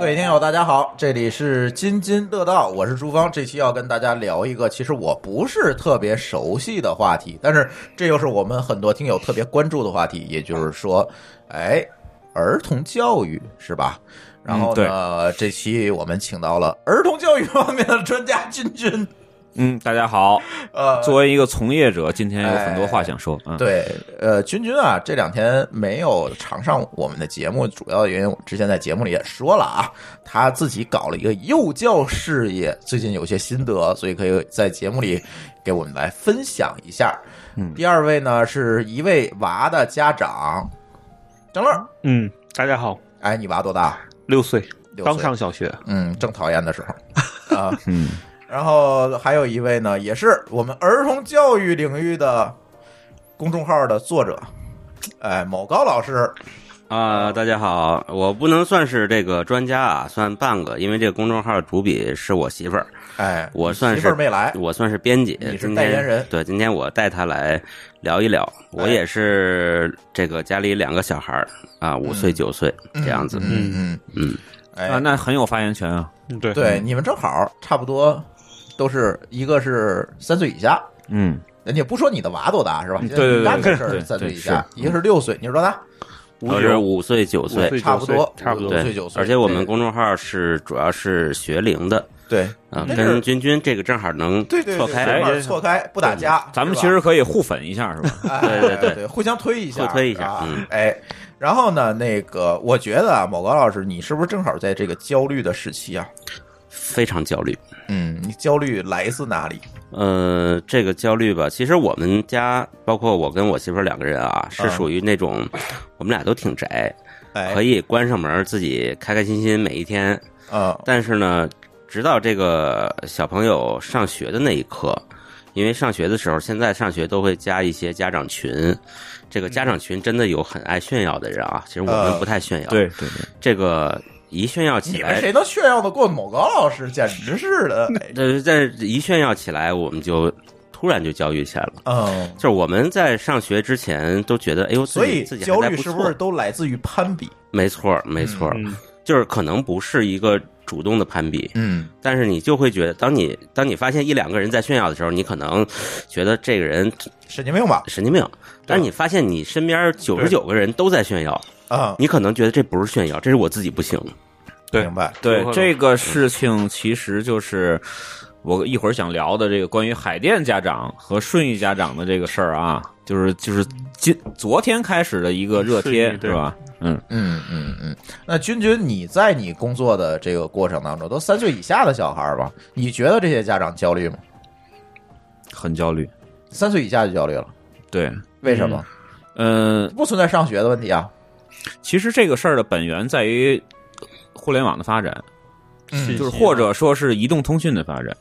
位听友大家好，这里是津津乐道，我是朱芳。这期要跟大家聊一个其实我不是特别熟悉的话题，但是这又是我们很多听友特别关注的话题，也就是说儿童教育是吧？然后呢，这期我们请到了儿童教育方面的专家君君。 大家好。作为一个从业者，今天有很多话想说。 对，君君啊，这两天没有常上我们的节目，主要的原因我之前在节目里也说了啊，他自己搞了一个幼教事业，最近有些心得，所以可以在节目里给我们来分享一下。第二位呢是一位娃的家长，张乐。 大家好。 哎，你娃多大 ？6岁，刚上小学。 正讨厌的时候啊。然后还有一位呢，也是我们儿童教育领域的公众号的作者，某高老师。 大家好，我不能算是这个专家啊，算半个，因为这个公众号主笔是我媳妇儿。我算是媳妇儿没来， 我算是编辑， 你是代言人。 对，今天我带她来聊一聊。我也是这个家里2个小孩啊，5岁9岁这样子。 那很有发言权啊。 对，你们正好差不多。都是一个是3岁以下，人家不说你的娃多大是吧？ 对， 干的事儿3岁以下，一个是6岁，你是多大？ 我是5岁9岁， 差不多 5 岁9岁。 而且我们公众号是主要是学龄的， 对跟君君这个正好能错开， 错开不打架。 咱们其实可以互粉一下是吧？ 对， 互相推一下， 互推一下。 然后呢，那个我觉得啊，某高老师，你是不是正好在这个焦虑的时期啊？ 非常焦虑。 你焦虑来自哪里？ 这个焦虑吧，其实我们家包括我跟我媳妇儿2个人啊，是属于那种我们俩都挺宅，可以关上门自己开开心心每一天。但是呢，直到这个小朋友上学的那一刻，因为上学的时候，现在上学都会加一些家长群，这个家长群真的有很爱炫耀的人啊，其实我们不太炫耀。 对， 这个。一炫耀起来， 你们谁能炫耀得过某高老师？简直是的！ 但一炫耀起来，我们就突然就焦虑起来了。就是我们在上学之前都觉得，哎呦， 所以自己焦虑是不是都来自于攀比？ 没错，就是可能不是一个主动的攀比，但是你就会觉得，当你发现1、2个人在炫耀的时候，你可能觉得这个人神经病吧？ 神经病。但是你发现你身边99个人都在炫耀。你可能觉得这不是炫耀，这是我自己不行。 对，明白。 对，这个事情其实就是我一会儿想聊的这个关于海淀家长和顺义家长的这个事儿啊，就是昨天开始的一个热贴，是吧？ 那君君，你在你工作的这个过程当中，都3岁以下的小孩吧？你觉得这些家长焦虑吗？ 很焦虑 ，3岁以下就焦虑了。 对， 为什么？不存在上学的问题啊。 其实这个事儿的本源在于互联网的发展，就是或者说是移动通讯的发展。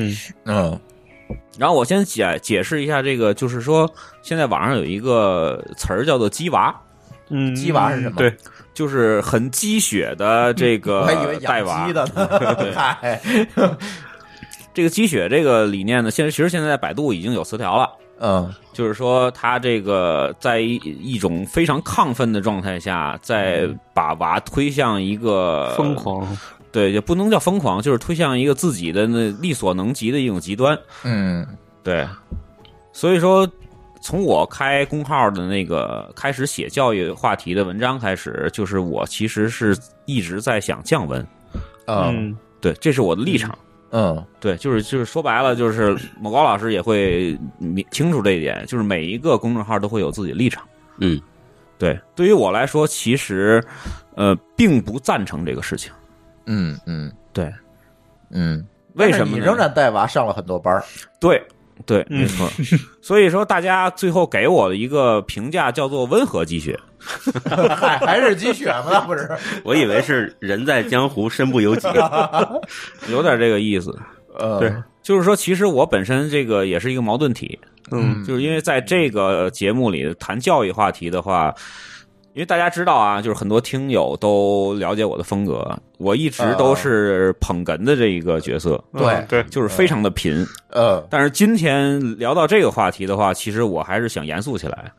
然后我先解释一下这个，就是说现在网上有一个词儿叫做鸡娃。 鸡娃是什么？ 对，就是很鸡血的这个我还以为养鸡的呢。 这个鸡血这个理念呢，其实现在在百度已经有词条了。就是说他这个在一种非常亢奋的状态下，在把娃推向一个疯狂， 对，也不能叫疯狂，就是推向一个自己的那力所能及的一种极端。对，所以说从我开公号的那个开始写教育话题的文章开始，就是我其实是一直在想降温。对，这是我的立场。对，就是说白了，就是某高老师也会清楚这一点，就是每一个公众号都会有自己的立场。对，对于我来说，其实并不赞成这个事情。对，为什么呢？ 你仍然带娃上了很多班。 对，没错。所以说，大家最后给我的一个评价叫做温和鸡血。 还是鸡血吗？不是， 我以为是人在江湖身不由己， 有点这个意思。 对， 就是说，其实我本身这个也是一个矛盾体。就是因为在这个节目里谈教育话题的话，因为大家知道啊，就是很多听友都了解我的风格，我一直都是捧哏的这一个角色。 对， 就是非常的贫。但是今天聊到这个话题的话，其实我还是想严肃起来。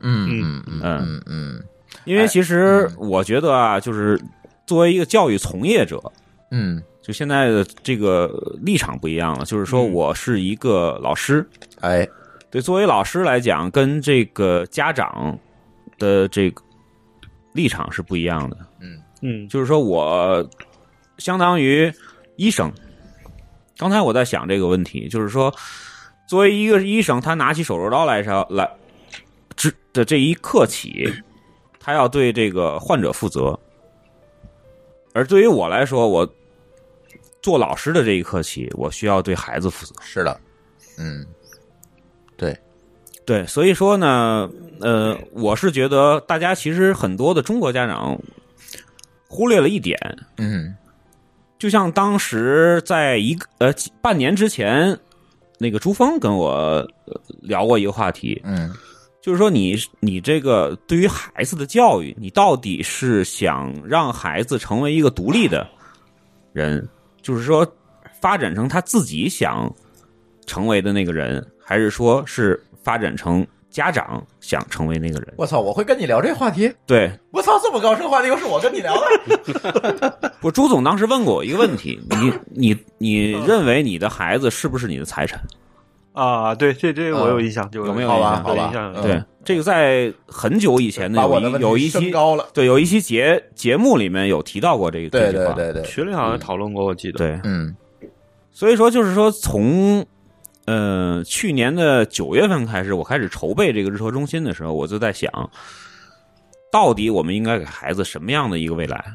因为其实我觉得啊，就是作为一个教育从业者， 就现在的这个立场不一样了，就是说我是一个老师，对，作为老师来讲，跟这个家长的这个立场是不一样的。就是说我相当于医生。刚才我在想这个问题，就是说，作为一个医生，他拿起手术刀来的这一刻起，他要对这个患者负责。而对于我来说，我做老师的这一刻起，我需要对孩子负责。 是的， 对，所以说呢，我是觉得大家其实很多的中国家长忽略了一点，就像当时在半年之前，那个朱峰跟我聊过一个话题，就是说你这个对于孩子的教育，你到底是想让孩子成为一个独立的人，就是说发展成他自己想成为的那个人，还是说是发展成家长想成为那个人？ 我操，我会跟你聊这话题？ 对， 我操，这么高深话题又是我跟你聊的？ 不，朱总当时问过我一个问题，你认为你的孩子是不是你的财产？ 啊，对，这我有印象， 有没有好吧？ 对，这个在很久以前的有一期高了， 对，有一期节目里面有提到过这句话， 对， 群里好像讨论过，我记得。 对，所以说就是说从去年的9月份开始，我开始筹备这个日托中心的时候，我就在想，到底我们应该给孩子什么样的一个未来？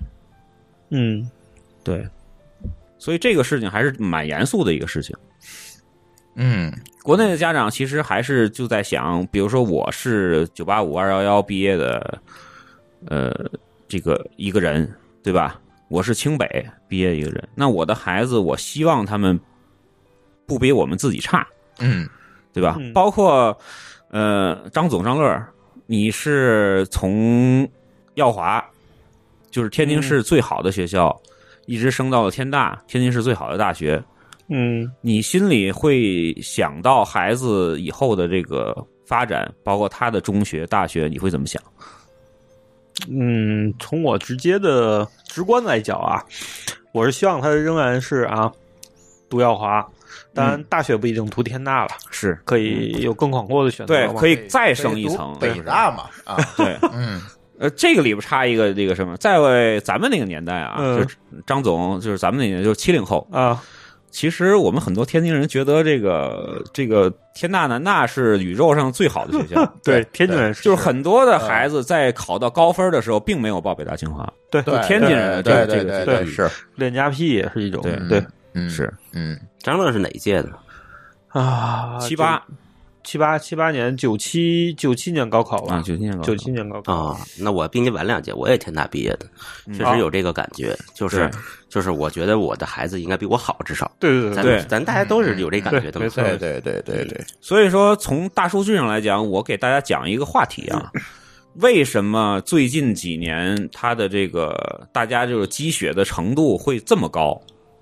对，所以这个事情还是蛮严肃的一个事情。国内的家长其实还是就在想，比如说我是985、211毕业的，这个一个人，对吧？我是清北毕业一个人，那我的孩子，我希望他们不比我们自己差，对吧？包括张乐，你是从耀华，就是天津市最好的学校，一直升到了天大，天津市最好的大学。你心里会想到孩子以后的这个发展，包括他的中学、大学，你会怎么想？ 从我直观来讲啊，我是希望他仍然是读耀华，当然大学不一定读天大了， 是可以有更广阔的选择， 对，可以再升一层， 北大嘛， 对，这个里边插一个这个什么，在咱们那个年代啊，就是张总，就是咱们那年就是70后啊。 其实我们很多天津人觉得这个天大南大是宇宙上最好的学校， 对，天津人就是很多的孩子在考到高分的时候，并没有报北大清华， 对， 天津人的这个是恋家癖也是一种， 对， 是， 张乐是哪一届的啊？78年97年高考吧，97年高考啊。那我比你晚2届，我也天大毕业的，确实有这个感觉，就是我觉得我的孩子应该比我好，至少对， 咱大家都是有这感觉的， 没错， 对。 所以说，从大数据上来讲，我给大家讲一个话题啊，为什么最近几年它的这个大家就是积雪的程度会这么高？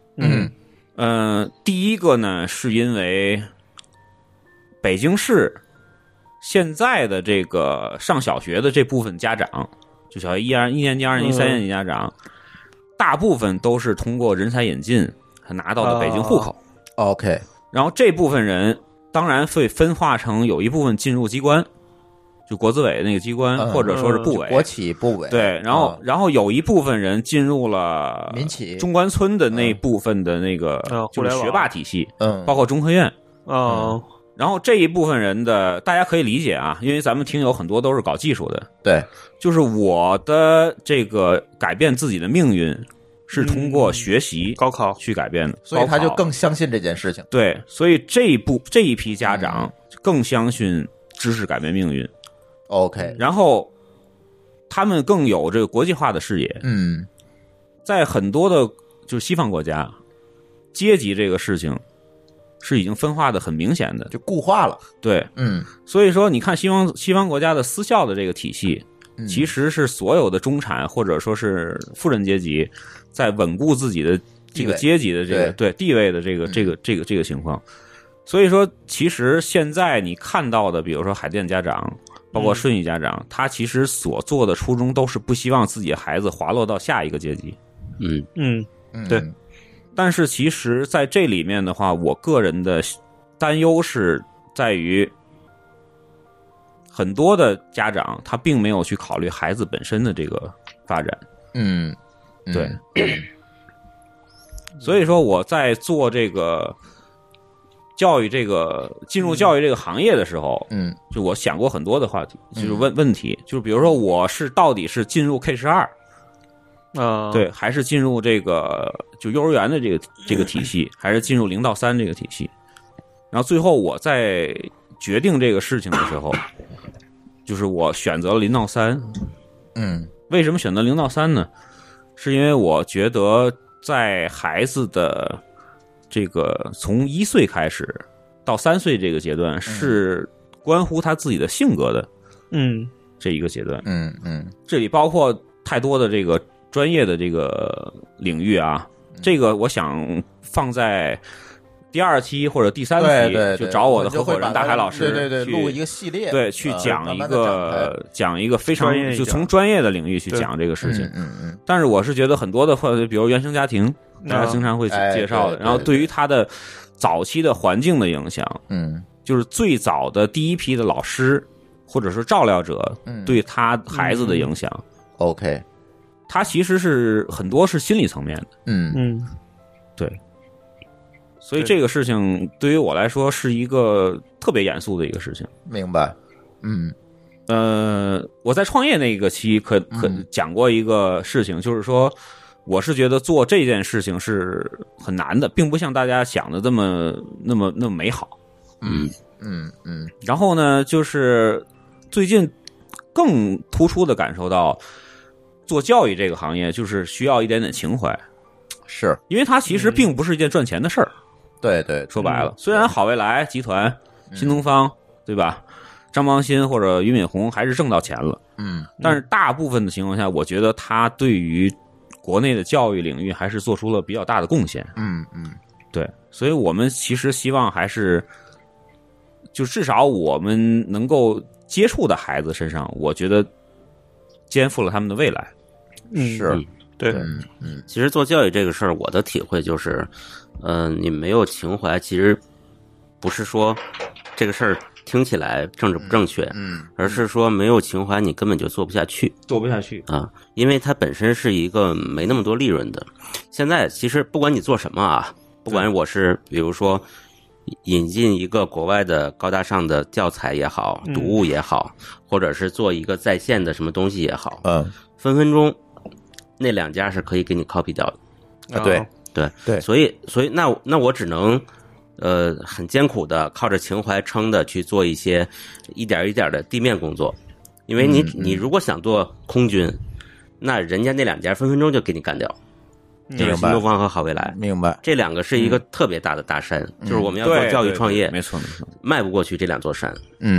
第一个呢，是因为北京市现在的这个上小学的这部分家长，就小学1年级、2年级、3年级家长，大部分都是通过人才引进拿到的北京户口。 OK， 然后这部分人当然会分化成有一部分进入机关，就国资委那个机关，或者说是部委、 国企部委。 对，然后有一部分人进入了民企中关村的那部分的那个就是学霸体系，包括中科院。然后这一部分人的大家可以理解啊，因为咱们听友很多都是搞技术的， 对， 就是我的这个改变自己的命运是通过学习、 高考去改变的， 所以他就更相信这件事情。 对，所以这一批家长更相信知识改变命运。 OK， 然后他们更有这个国际化的视野。在很多的就是西方国家，阶级这个事情是已经分化的很明显的， 就固化了。 对，所以说你看西方国家的私校的这个体系，其实是所有的中产或者说是富人阶级在稳固自己的这个阶级的这个对地位的这个情况。所以说，其实现在你看到的，比如说海淀家长，包括顺义家长，他其实所做的初衷都是不希望自己的孩子滑落到下一个阶级。 对。 但是其实在这里面的话，我个人的担忧是在于，很多的家长他并没有去考虑孩子本身的这个发展。对。所以说我在做这个教育进入教育这个行业的时候，就我想过很多的话题，就是问题，就是比如说我到底是进入 K12。对，还是进入这个就幼儿园的这个体系，还是进入0到3这个体系？然后最后我在决定这个事情的时候，就是我选择了0到3。为什么选择0到3呢？是因为我觉得在孩子的这个从1岁开始到3岁这个阶段，是关乎他自己的性格的，这一个阶段。这里包括太多的这个专业的这个领域啊，这个我想放在第2期或者第3期，就找我的合伙人大海老师， 对，录一个系列， 对，去讲一个非常就从专业的领域去讲这个事情。但是我是觉得很多的话，比如原生家庭，大家经常会介绍的，然后对于他的早期的环境的影响，就是最早的第一批的老师或者说照料者对他孩子的影响。 OK。 它其实是很多是心理层面的，对，所以这个事情对于我来说是一个特别严肃的一个事情。 明白。 我在创业那个期可讲过一个事情，就是说我是觉得做这件事情是很难的，并不像大家想的那么美好。然后呢，就是最近更突出的感受到，做教育这个行业就是需要一点点情怀， 是因为它其实并不是一件赚钱的事儿。 对， 说白了，虽然好未来集团、新东方，对吧？张邦鑫或者俞敏洪还是挣到钱了，但是大部分的情况下，我觉得他对于国内的教育领域还是做出了比较大的贡献。对，所以我们其实希望还是，就至少我们能够接触的孩子身上，我觉得肩负了他们的未来。 是， 对， 其实做教育这个事儿，我的体会就是，你没有情怀，其实不是说这个事儿听起来政治不正确，而是说没有情怀，你根本就做不下去啊，因为它本身是一个没那么多利润的。现在其实不管你做什么啊，不管我是比如说引进一个国外的高大上的教材也好，读物也好，或者是做一个在线的什么东西也好，分分钟那2家是可以给你 copy 掉的。对，所以那我只能很艰苦的靠着情怀撑的去做一些一点一点的地面工作，因为你如果想做空军，那人家那2家分分钟就给你干掉。这个新东方和好未来， 明白， 这2个是一个特别大的大山，就是我们要做教育创业， 没错， 迈不过去这2座山。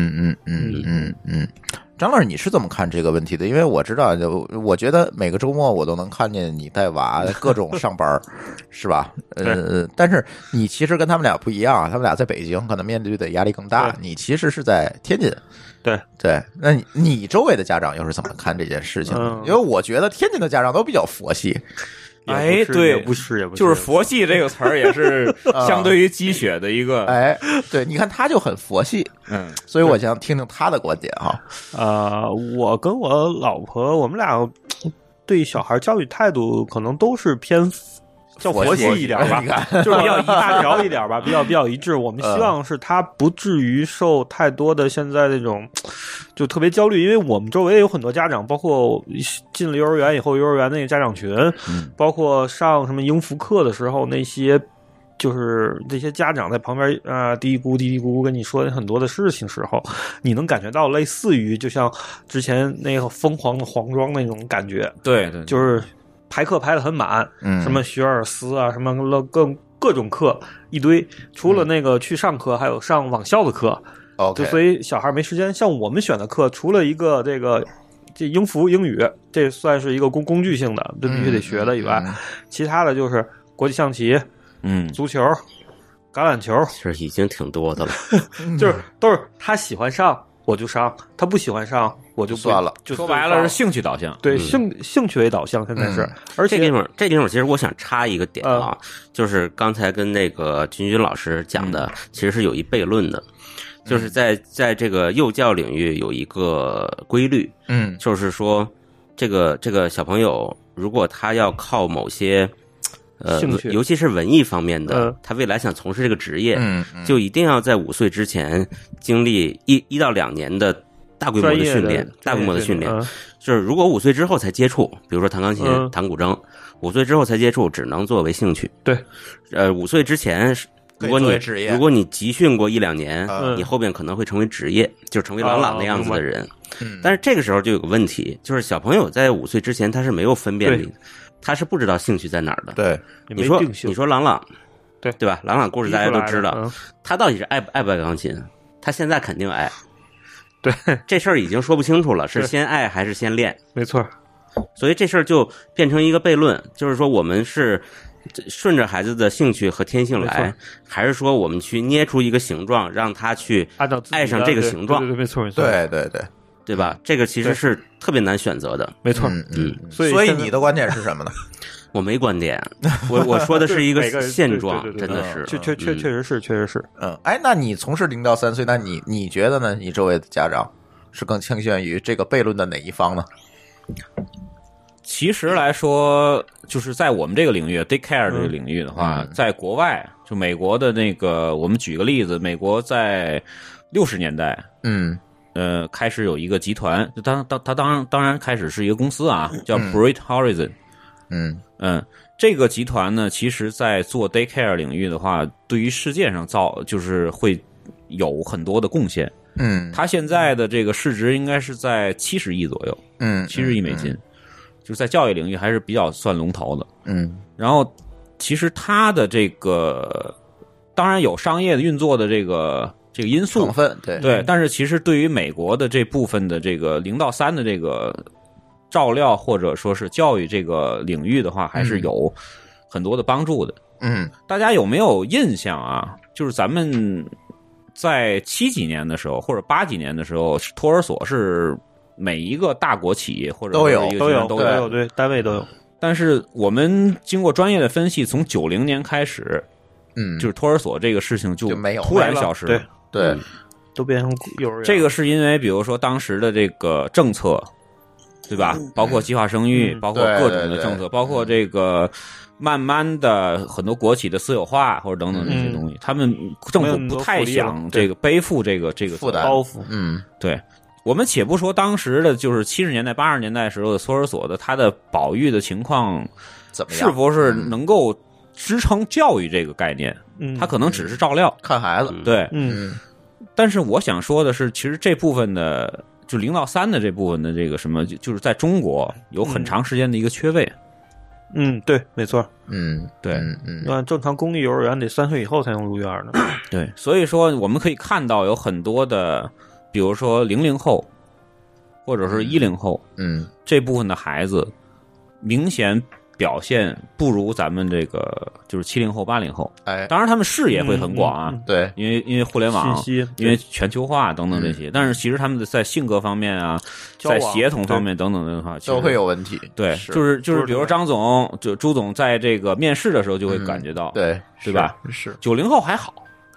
张老师，你是怎么看这个问题的？因为我知道，我觉得每个周末我都能看见你带娃各种上班，是吧？但是你其实跟他们俩不一样，他们俩在北京，可能面对的压力更大。你其实是在天津。对，那你周围的家长又是怎么看这件事情？因为我觉得天津的家长都比较佛系。 对， 也不是， 就是佛系这个词儿也是相对于鸡血的一个。 对，你看他就很佛系，所以我想听听他的观点哈。 我跟我老婆，我们俩对小孩教育态度可能都是偏叫佛系一点吧，就是比较一大条一点吧，比较一致。我们希望是他不至于受太多的现在那种就特别焦虑，因为我们周围有很多家长，包括进了幼儿园以后，幼儿园那个家长群，包括上什么英孚课的时候，那些就是这些家长在旁边嘀咕嘀咕跟你说很多的事情时候，你能感觉到类似于就像之前那个疯狂的黄庄那种感觉。 对， 就是排课排得很满，什么学而思啊，什么各种课一堆，除了那个去上课，还有上网校的课。就所以小孩没时间。像我们选的课，除了一个这英孚英语，这算是一个工具性的，这必须得学的以外，其他的就是国际象棋、足球、橄榄球， 其实已经挺多的了。 就是都是他喜欢上， 我就上，他不喜欢上我就算了。 就说白了是兴趣导向， 对，兴趣为导向，现在是。而且这地方其实我想插一个点啊，就是刚才跟那个君老师讲的，其实是有一悖论的，就是在这个幼教领域有一个规律，就是说这个小朋友如果他要靠某些兴趣， 尤其是文艺方面的，他未来想从事这个职业，就一定要在5岁之前经历1到2年的大规模的训练，就是如果5岁之后才接触，比如说弹钢琴、弹古筝，5岁之后才接触，只能作为兴趣。 对 ，5岁之前，如果你集训过1、2年，你后边可能会成为职业，就是成为朗朗那样子的人。但是这个时候就有个问题，就是小朋友在5岁之前他是没有分辨力的。他是不知道兴趣在哪儿的。 对， 你说朗朗，对吧？朗朗故事大家都知道，他到底是爱不爱钢琴？他现在肯定爱。 对， 这事儿已经说不清楚了，是先爱还是先练？ 没错。 所以这事儿就变成一个悖论，就是说我们是顺着孩子的兴趣和天性来，还是说我们去捏出一个形状，让他去爱上这个形状？ 对，没错，没错。 对吧？这个其实是特别难选择的， 没错。 所以你的观点是什么呢？ 我没观点，我说的是一个现状，真的是， 确实是。 那你从事0到3岁，那你觉得呢？你周围的家长是更倾向于这个悖论的哪一方呢？ 其实来说，就是在我们这个领域 daycare 这个领域的话，在国外，就美国的那个，我们举个例子，美国在60年代，开始有一个集团，他当然开始是一个公司啊，叫 Bright Horizon。这个集团呢，其实在做 daycare 领域的话，对于世界上就是会有很多的贡献。他现在的这个市值应该是在70亿左右，70亿美金，就是在教育领域还是比较算龙头的。然后其实他的这个当然有商业的运作的这个因素成分， 对，但是其实对于美国的这部分的这个0到3的这个照料或者说是教育这个领域的话，还是有很多的帮助的。大家有没有印象啊？就是咱们在70几年的时候或者80几年的时候，托儿所是每一个大国企业或者都有，对，单位都有。 但是我们经过专业的分析，从90年开始，就是托儿所这个事情就没有， 突然消失了。 对， 都变成幼儿园。 这个是因为比如说当时的这个政策，对吧？包括计划生育，包括各种的政策，包括这个慢慢的很多国企的私有化或者等等这些东西，他们政府不太想这个背负这个负担包袱。 对。我们且不说当时的就是70年代、80年代时候的托儿所的它的保育的情况怎么样， 是否是能够支撑教育这个概念？它可能只是照料看孩子， 对，但是我想说的是，其实这部分的就0到3的这部分的这个什么，就是在中国有很长时间的一个缺位。 对，没错。 对， 按正常公立幼儿园得3岁以后才能入园呢。 对，所以说我们可以看到有很多的。比如说00后，或者是10后，这部分的孩子明显表现不如咱们这个就是70后、80后。当然他们视野会很广啊， 对， 因为互联网、因为全球化等等这些，但是其实他们在性格方面啊，在协同方面等等的话， 都会有问题。 对，就是比如张总、朱总在这个面试的时候就会感觉到， 对吧？ 是 90后还好。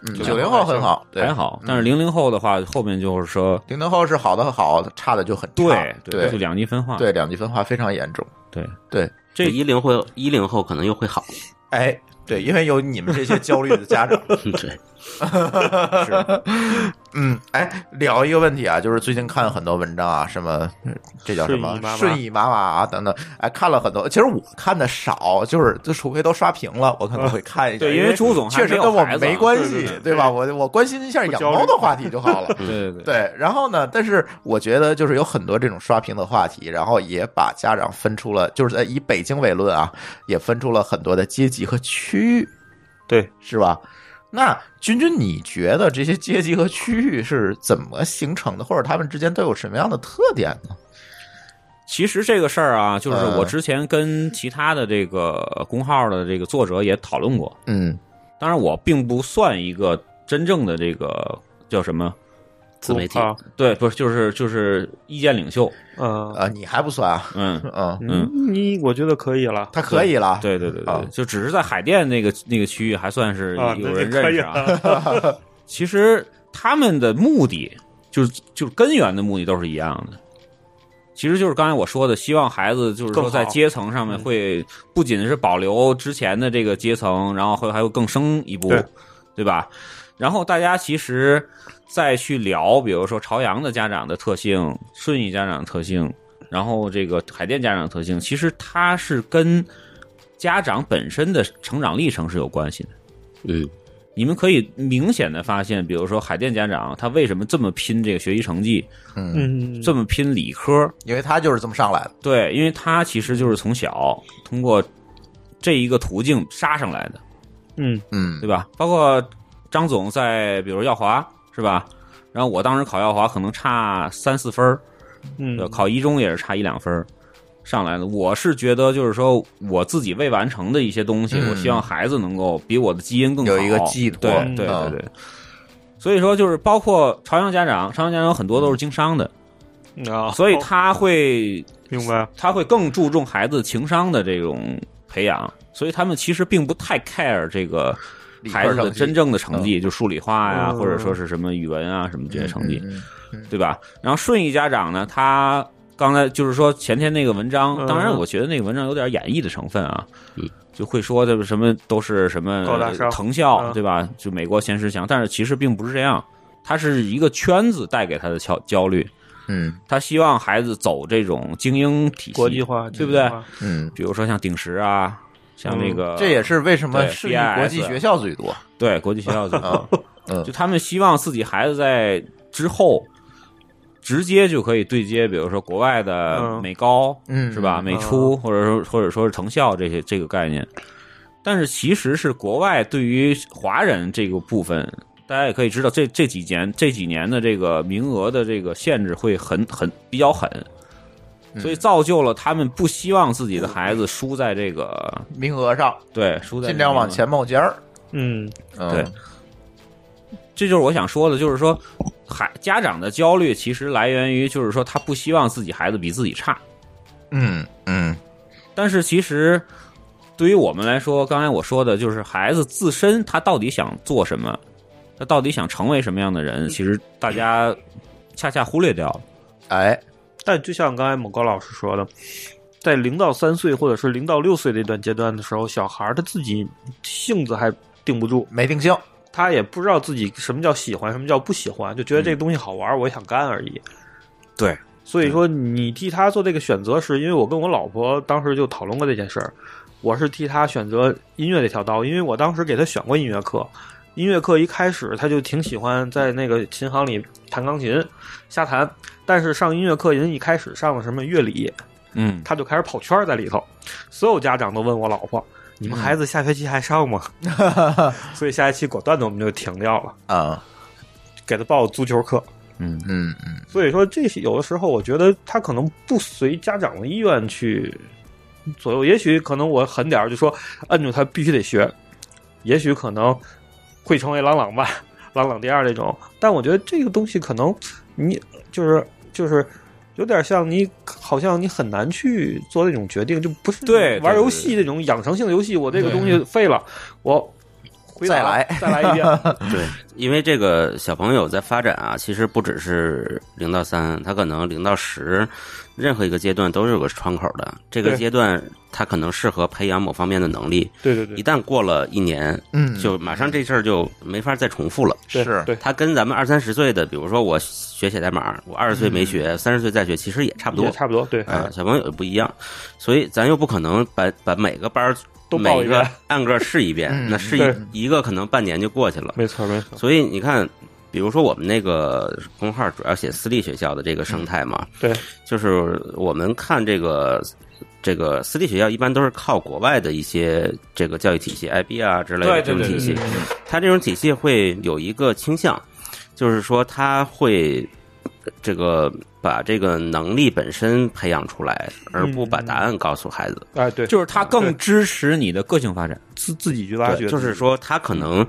90后很好， 还好，但是00后的话，后面就是说 ，00后是好的好，差的就很差，对，就两极分化， 对，两极分化非常严重， 对， 这10后可能又会好， 对，因为有你们这些焦虑的家长， 对， 聊一个问题啊，就是最近看很多文章啊，什么这叫什么顺义妈妈啊等等，看了很多，其实我看的少，就是除非都刷屏了，我可能会看一下， 对，因为朱总确实跟我们没关系，对吧？我关心一下养猫的话题就好了，对，然后呢，但是我觉得就是有很多这种刷屏的话题，然后也把家长分出了，就是以北京为论啊，也分出了很多的阶级和区域， 对， 是吧？那君，你觉得这些阶级和区域是怎么形成的，或者他们之间都有什么样的特点呢？ 其实这个事儿啊，就是我之前跟其他的这个公号的这个作者也讨论过。当然我并不算一个真正的这个叫什么自媒体， 对，不是就是意见领袖， 你还不算啊， 我觉得可以了， 他可以了， 对，就只是在海淀那个区域还算是有人认识啊。其实他们的目的就是根源的目的都是一样的。其实就是刚才我说的，希望孩子就是说在阶层上面会不仅是保留之前的这个阶层，然后还会更升一步，对吧？然后大家其实再去聊，比如说朝阳的家长的特性、顺义家长的特性，然后这个海淀家长的特性，其实它是跟家长本身的成长历程是有关系的。你们可以明显的发现，比如说海淀家长他为什么这么拼这个学习成绩，这么拼理科， 因为他就是这么上来的。 对，因为他其实就是从小通过这一个途径杀上来的，对吧？包括张总在比如耀华是吧？然后我当时考耀华可能差3-4分，考一中也是差1-2分上来的。我是觉得就是说我自己未完成的一些东西，我希望孩子能够比我的基因更好， 有一个寄托。 对。所以说就是包括朝阳家长有很多都是经商的，所以他会明白， 他会更注重孩子情商的这种培养，所以他们其实并不太 care 这个孩子的真正的成绩，就数理化呀，或者说是什么语文啊什么这些成绩，对吧？然后顺义家长呢，他刚才就是说前天那个文章，当然我觉得那个文章有点演绎的成分啊，就会说这什么都是什么藤校，对吧？就美国前10强，但是其实并不是这样，它是一个圈子带给他的焦虑。他希望孩子走这种精英体系， 国际化， 对不对？比如说像鼎石啊，像那个， 这也是为什么是国际学校最多， 对，国际学校最多。就他们希望自己孩子在之后直接就可以对接，比如说国外的美高，是吧？美出，或者说是藤校这个概念。但是其实是国外对于华人这个部分，大家也可以知道，这几年的这个名额的这个限制会比较狠，所以造就了他们不希望自己的孩子输在这个名额上， 对，输在尽量往前冒尖儿。 对。这就是我想说的，就是说家长的焦虑其实来源于就是说他不希望自己孩子比自己差。但是其实对于我们来说，刚才我说的就是孩子自身他到底想做什么，他到底想成为什么样的人，其实大家恰恰忽略掉了。 但就像刚才某高老师说的，在0到3岁或者是0到6岁这段阶段的时候，小孩他自己性子还定不住， 没定性， 他也不知道自己什么叫喜欢，什么叫不喜欢，就觉得这个东西好玩，我也想干而已。 对， 所以说你替他做这个选择时，因为我跟我老婆当时就讨论过这件事儿，我是替他选择音乐这条道，因为我当时给他选过音乐课。音乐课一开始他就挺喜欢在那个琴行里弹钢琴瞎弹，但是上音乐课人一开始上了什么乐理，他就开始跑圈在里头。所有家长都问我老婆，你们孩子下学期还上吗？所以下学期果断的我们就停掉了给他报足球课。所以说这有的时候我觉得他可能不随家长的意愿去左右，也许可能我狠点就说摁住他必须得学，也许可能会成为朗朗吧，朗朗第2这种。但我觉得这个东西可能你就是有点像你好像你很难去做那种决定，就不是玩游戏这种养成性的游戏，我这个东西废了，我再来一遍。 对，因为这个小朋友在发展啊，其实不只是0到3，他可能0到10，任何一个阶段都是有个窗口的。这个阶段他可能适合培养某方面的能力。 对， 一旦过了1年，就马上这事儿就没法再重复了。 是， 他跟咱们20-30岁的，比如说我学写代码，我20岁没学，30岁再学，其实也差不多。 也差不多，对。 小朋友也不一样，所以咱又不可能把每个班都报一遍， 按个试一遍，那试一个可能半年就过去了。 没错。 所以你看，比如说我们那个公号主要写私立学校的这个生态嘛， 对， 就是我们看这个私立学校一般都是靠国外的一些这个教育体系 IB 啊之类的这种体系，它这种体系会有一个倾向，就是说它会这个把这个能力本身培养出来，而不把答案告诉孩子。 对， 就是他更支持你的个性发展， 自己去挖掘。 就是说他可能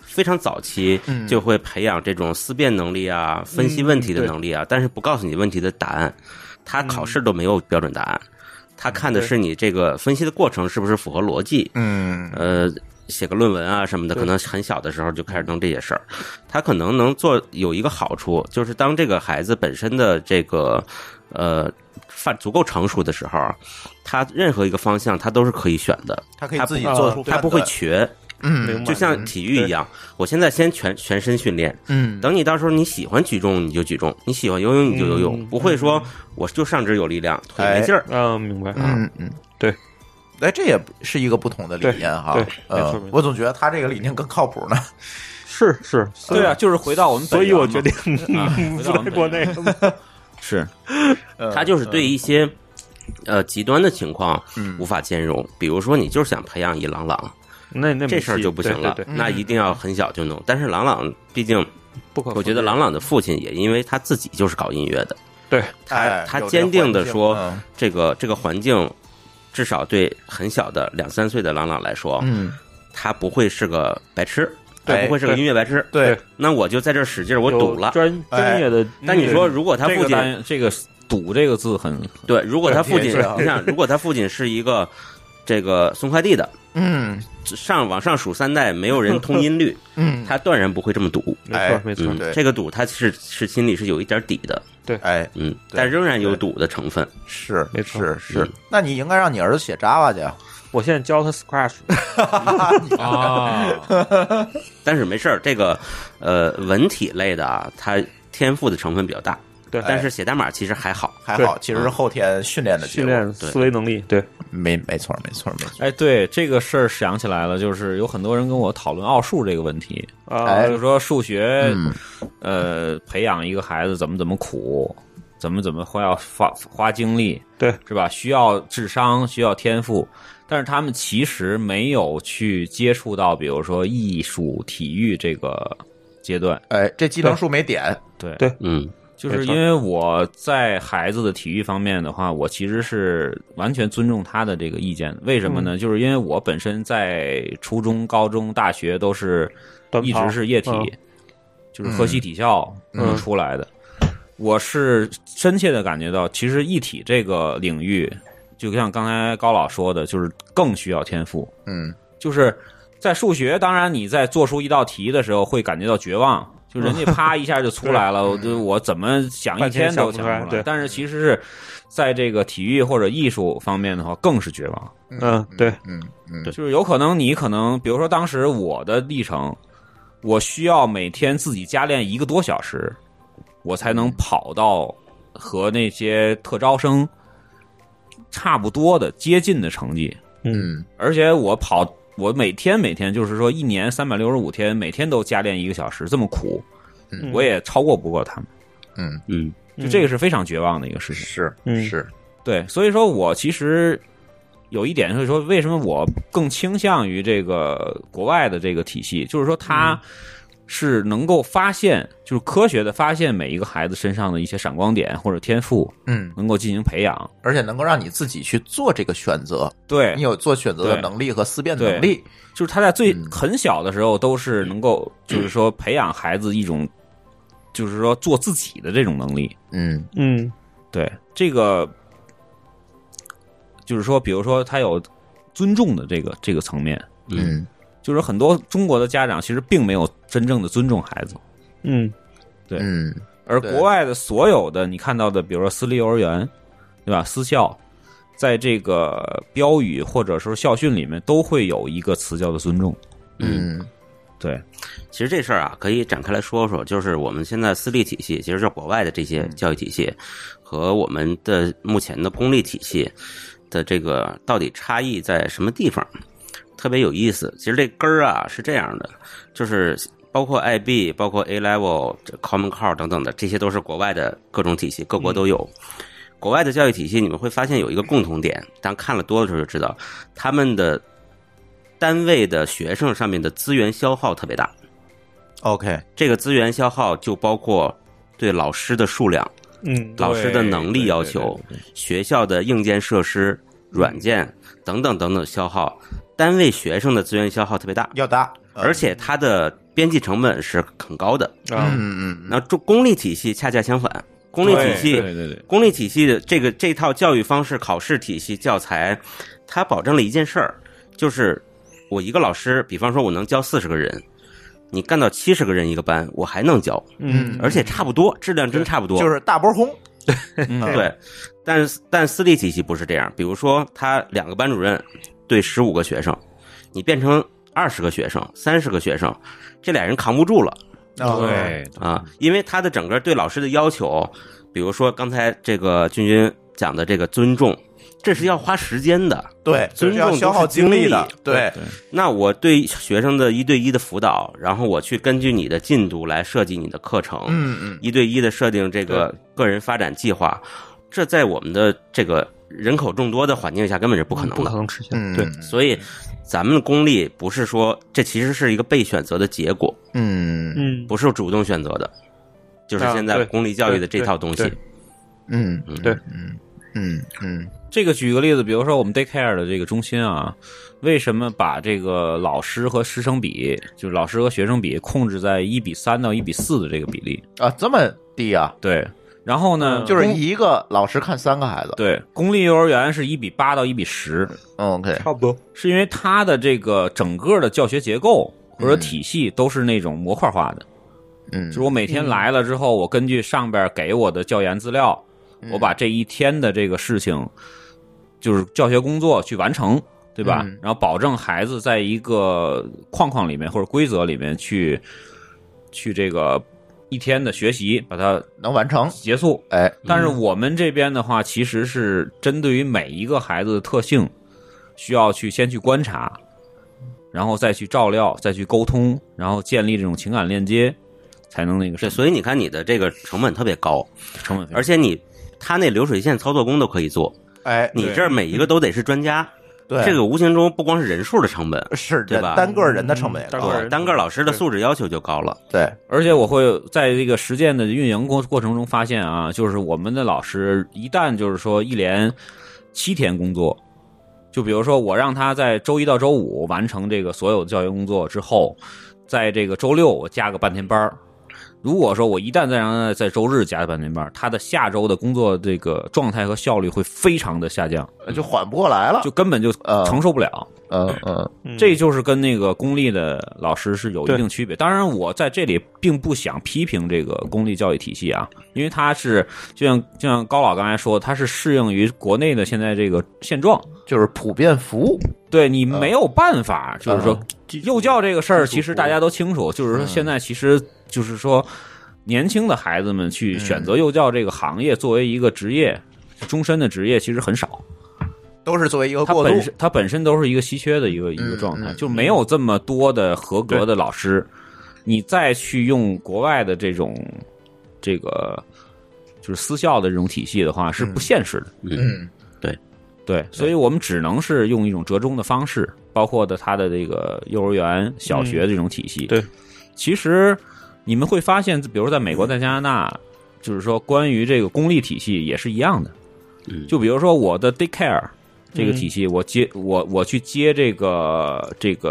非常早期就会培养这种思辨能力啊、分析问题的能力啊，但是不告诉你问题的答案，他考试都没有标准答案，他看的是你这个分析的过程是不是符合逻辑。写个论文啊什么的，可能很小的时候就开始弄这些事儿。他可能能有一个好处，就是当这个孩子本身的这个足够成熟的时候，他任何一个方向他都是可以选的， 他可以自己做出， 他不会瘸。就像体育一样，我现在先全身训练，等你到时候你喜欢举重你就举重，你喜欢游泳你就游泳，不会说我就上肢有力量，腿没劲儿。 明白。 对。哎，这也是一个不同的理念哈。 对，没错。 我总觉得他这个理念更靠谱呢。 是， 对啊，就是回到我们本， 所以我决定不在国内。 是， 他就是对一些极端的情况无法兼容，比如说你就是想培养一朗朗， 那这事儿就不行了，那一定要很小就弄。但是朗朗毕竟不可， 我觉得朗朗的父亲也因为他自己就是搞音乐的， 对他坚定的说，这个环境。至少对很小的2-3岁的朗朗来说，他不会是个白痴，他不会是个音乐白痴。 对， 那我就在这使劲，我赌了。 专业的， 但你说，如果他父亲这个“赌”这个字很对，如果他父亲，你想，如果他父亲是一个这个送快递的，往上数3代没有人通音律，他断然不会这么赌。 没错， 这个赌他是心里是有一点底的。 对， 但仍然有赌的成分。 是，没错，是。那你应该让你儿子写 Java 去。 我现在教他 Scratch 但是没事儿，这个文体类的啊，它天赋的成分比较大。 对， 但是写代码其实还好， 其实是后天训练的结果， 训练思维能力。对， 没错。 哎，对这个事儿想起来了，就是有很多人跟我讨论奥数这个问题就是说数学，培养一个孩子怎么苦，怎么要花精力， 对， 是吧？需要智商，需要天赋，但是他们其实没有去接触到，比如说艺术、体育这个阶段。 哎，这技能树没点。 对， 就是因为我在孩子的体育方面的话，我其实是完全尊重他的这个意见。为什么呢？就是因为我本身在初中、高中、大学都是一直是液体，就是河西体校出来的。我是深切的感觉到，其实一体这个领域，就像刚才高老说的，就是更需要天赋。就是在数学，当然你在做出一道题的时候会感觉到绝望。就人家啪一下就出来了，我怎么想一天都想不出来。但是其实是在这个体育或者艺术方面的话，更是绝望。 对， 就是有可能比如说当时我的历程，我需要每天自己加练1个多小时，我才能跑到和那些特招生差不多的接近的成绩。而且我每天就是说1年365天，每天都加练1个小时，这么苦，我也超过不过他们。就这个是非常绝望的一个事情。 是， 对，所以说我其实有一点就是说，为什么我更倾向于这个国外的这个体系，就是说它是能够发现，就是科学的发现每一个孩子身上的一些闪光点或者天赋，能够进行培养， 而且能够让你自己去做这个选择。 对， 你有做选择的能力和思辨的能力。 就是他在很小的时候都是能够，就是说培养孩子一种，就是说做自己的这种能力。对，这个就是说，比如说他有尊重的这个层面。就是很多中国的家长其实并没有真正的尊重孩子。对。而国外的所有的你看到的，比如说私立幼儿园，对吧？私校，在这个标语或者说校训里面都会有一个词叫做尊重。对。 其实这事儿啊，可以展开来说说，就是我们现在私立体系，其实是国外的这些教育体系和我们的目前的公立体系的这个到底差异在什么地方？特别有意思。其实这根儿啊是这样的，就是包括 IB 包括 A Level Common Core 等等的，这些都是国外的各种体系，各国都有。国外的教育体系你们会发现有一个共同点，当看了多的时候就知道，他们的单位的学生上面的资源消耗特别大。 OK， 这个资源消耗就包括对老师的数量，老师的能力要求，学校的硬件设施、软件等等等等消耗，单位学生的资源消耗特别大， 要大。 而且它的边际成本是很高的。那公立体系恰恰相反，公立体系， 对， 公立体系的这套教育方式、考试体系、教材，它保证了一件事儿，就是我一个老师，比方说我能教40个人，你干到70个人一个班，我还能教，而且差不多，质量真差不多， 就是大波轰。 对，但私立体系不是这样，比如说他2个班主任对15个学生，你变成20个学生、30个学生，这俩人扛不住了。 对啊，因为他的整个对老师的要求，比如说刚才这个君君讲的这个尊重，这是要花时间的， 对， 尊重要消耗精力的，对。 那我对学生的1对1的辅导，然后我去根据你的进度来设计你的课程，1对1的设定这个个人发展计划，这在我们的这个人口众多的环境下根本是不可能的， 不可能实现。对， 所以咱们的公立不是说这其实是一个被选择的结果，不是主动选择的，就是现在公立教育的这套东西。 对， 这个举个例子，比如说我们 daycare 的这个中心啊，为什么把这个老师和师生比，就是老师和学生比控制在1:3到1:4的这个比例啊？这么低啊？ 对。然后呢， 就是一个老师看3个孩子。 对，公立幼儿园是1:8到1:10。 OK， 差不多。 是因为它的这个整个的教学结构或者体系都是那种模块化的。就是我每天来了之后，我根据上边给我的教研资料，我把这一天的这个事情，就是教学工作去完成，对吧？然后保证孩子在一个框框里面或者规则里面去这个一天的学习，把它能完成结束。但是我们这边的话，其实是针对于每一个孩子的特性，需要去先去观察，然后再去照料，再去沟通，然后建立这种情感链接，才能那个。 对，所以你看你的这个成本特别高，而且他那流水线操作工都可以做。你这儿每一个都得是专家。 对， 这个无形中不光是人数的成本， 是对吧？ 单个人的成本也高， 单个老师的素质要求就高了。 对， 而且我会在这个实践的运营过程中发现啊，就是我们的老师一旦就是说一连7天工作，就比如说我让他在周1到周5完成这个所有的教学工作之后，在这个周6我加个半天班。如果说我一旦再让他在周日加半天班，他的下周的工作这个状态和效率会非常的下降， 就缓不过来了， 就根本就承受不了。这就是跟那个公立的老师是有一定区别。当然，我在这里并不想批评这个公立教育体系啊，因为它是就像高老刚才说，它是适应于国内的现在这个现状， 就是普遍服务。 对你没有办法，就是说幼教这个事儿，其实大家都清楚，就是说现在其实就是说年轻的孩子们去选择幼教这个行业作为一个职业，终身的职业其实很少。 都是作为一个过渡， 它本身都是一个稀缺的一个状态，就没有这么多的合格的老师，你再去用国外的这个就是私校的这种体系的话，是不现实的。对，所以我们只能是用一种折中的方式，包括它的这个幼儿园、小学的这种体系。 对， 其实你们会发现，比如在美国、在加拿大，就是说关于这个公立体系也是一样的。就比如说我的 daycare。这个体系，我去接这个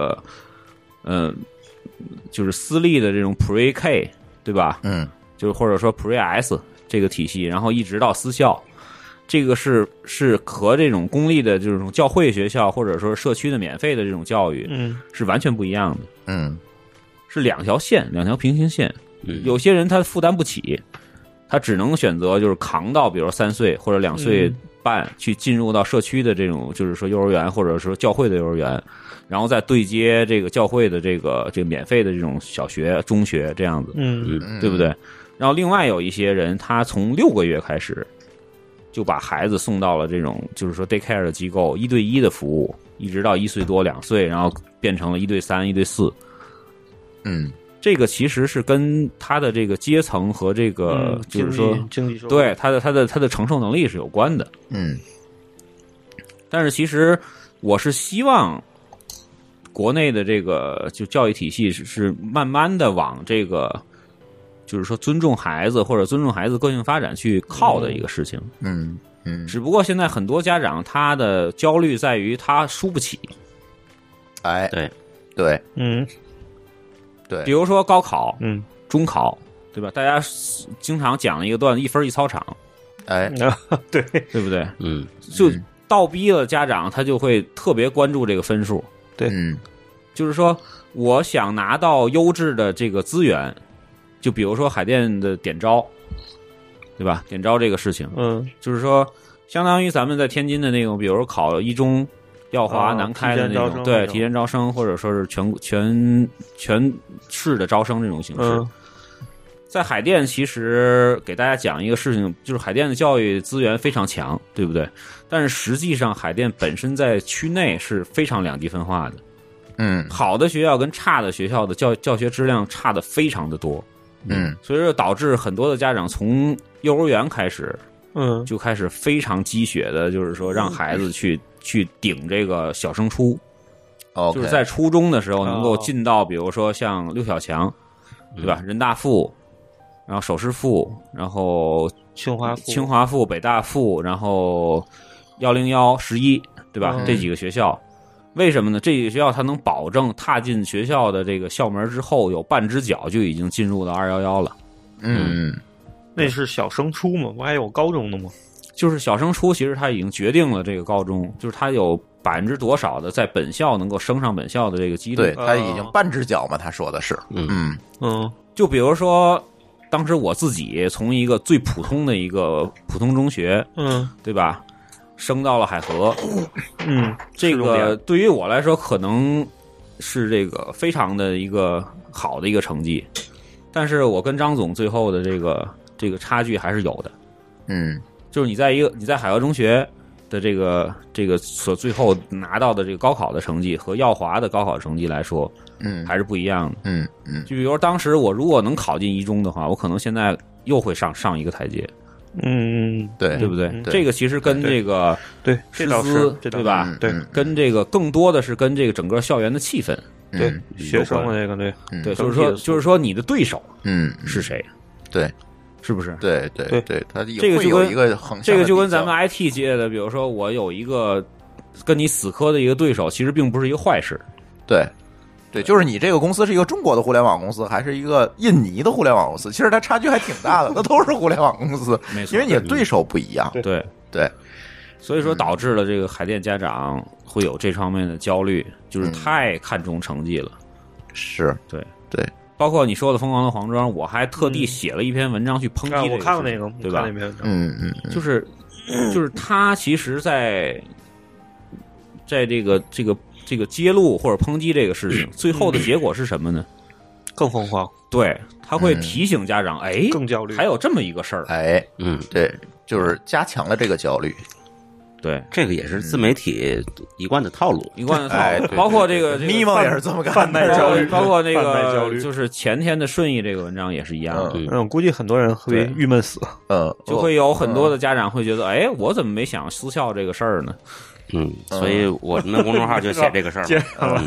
就是私立的这种 Pre K， 对吧？就是或者说 Pre S 这个体系，然后一直到私校，这个是和这种公立的这种教会学校或者说社区的免费的这种教育，是完全不一样的。是2条线，2条平行线。有些人他负担不起，他只能选择就是扛到，比如3岁或者2岁半去进入到社区的这种，就是说幼儿园或者说教会的幼儿园，然后再对接这个教会的这个免费的这种小学、中学这样子，对不对？然后另外有一些人，他从6个月开始就把孩子送到了这种就是说 daycare 的机构，1对1的服务，一直到1岁多、2岁，然后变成了1对3、1对4。这个其实是跟他的这个阶层和这个就是说经济对他的承受能力是有关的。但是其实我是希望国内的这个就教育体系是慢慢的往这个就是说尊重孩子或者尊重孩子个性发展去靠的一个事情。只不过现在很多家长他的焦虑在于他输不起。 对， 对， 比如说高考，中考，对吧？大家经常讲一个段子，1分1操场， 哎， 对， 对不对？就倒逼了家长，他就会特别关注这个分数。 对， 就是说，我想拿到优质的这个资源，就比如说海淀的点招，对吧？点招这个事情，就是说，相当于咱们在天津的那种，比如考一中、耀华、南开的那种，对，提前招生，或者说是全市的招生这种形式。在海淀，其实给大家讲一个事情，就是海淀的教育资源非常强，对不对？但是实际上，海淀本身在区内是非常两极分化的。好的学校跟差的学校的教学质量差的非常的多。所以说导致很多的家长从幼儿园开始，就开始非常鸡血的，就是说让孩子去顶这个小升初，就是在初中的时候能够进到，比如说像六小强，对吧？人大附。然后首师附，然后清华附、北大附，然后101、11，对吧？这几个学校，为什么呢？这几个学校它能保证踏进学校的这个校门之后，有半只脚就已经进入到211了。 那是小升初嘛？不还有高中的吗？ 就是小升初，其实它已经决定了这个高中，就是它有多少的在本校能够升上本校的这个几率。 对，它已经半只脚嘛，他说的是。 就比如说。当时我自己从一个最普通的一个普通中学，对吧，升到了海河，这个对于我来说可能是这个非常的一个好的一个成绩，但是我跟张总最后的这个差距还是有的，就是你在海河中学的这个所最后拿到的这个高考的成绩和耀华的高考成绩来说。还是不一样的。就比如当时我如果能考进一中的话，我可能现在又会上一个台阶。对不对？这个其实跟这个师资，对吧？ 对， 跟这个更多的是跟这个整个校园的气氛， 对学生的这个对，就是说你的对手，是谁？ 对， 是不是？ 对，他这个有一个横向的比较， 这个就跟咱们 IT 界的，比如说我有一个跟你死磕的一个对手，其实并不是一个坏事。 对，就是你这个公司是一个中国的互联网公司，还是一个印尼的互联网公司？其实它差距还挺大的，那都是互联网公司， 没错， 因为你的对手不一样。 对，所以说导致了这个海淀家长会有这方面的焦虑，就是太看重成绩了。 是，对， 包括你说的疯狂的黄庄，我还特地写了一篇文章去抨击这个。 我看过那个， 对吧？就是他其实在这个揭露或者抨击这个事情，最后的结果是什么呢？ 更疯狂。 对，他会提醒家长， 更焦虑， 还有这么一个事儿， 对，就是加强了这个焦虑。 对， 这个也是自媒体一贯的套路， 包括这个咪蒙也是这么干， 贩卖焦虑， 包括那个就是前天的顺义这个文章也是一样的。 估计很多人会郁闷死。 就会有很多的家长会觉得，我怎么没想私校这个事儿呢？ 所以我们的公众号就写这个事儿。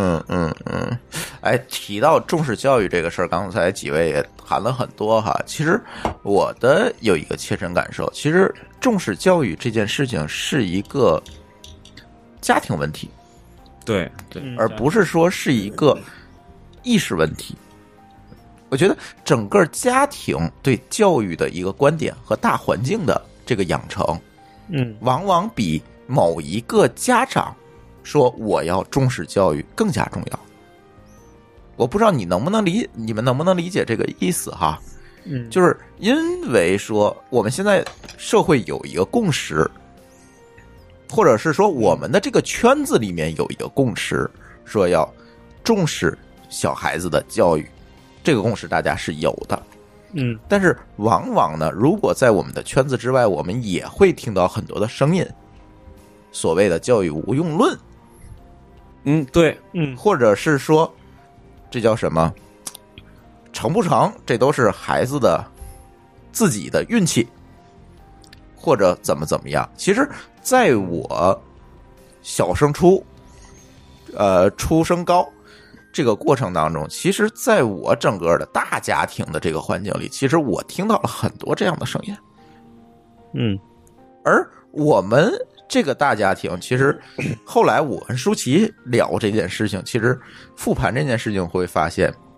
提到重视教育这个事儿，刚才几位也谈了很多哈。其实我的有一个切身感受，其实重视教育这件事情是一个家庭问题， 对， 而不是说是一个意识问题。我觉得整个家庭对教育的一个观点和大环境的这个养成，往往比某一个家长说我要重视教育更加重要。我不知道你们能不能理解这个意思哈？就是因为说我们现在社会有一个共识，或者是说我们的这个圈子里面有一个共识，说要重视小孩子的教育，这个共识大家是有的。但是往往呢，如果在我们的圈子之外，我们也会听到很多的声音，所谓的教育无用论。 对， 或者是说这叫什么成不成，这都是孩子的自己的运气，或者怎么样。其实在我小升初初升高这个过程当中，其实在我整个的大家庭的这个环境里，其实我听到了很多这样的声音。而我们这个大家庭，其实后来我跟舒淇聊这件事情，其实复盘这件事情会发现，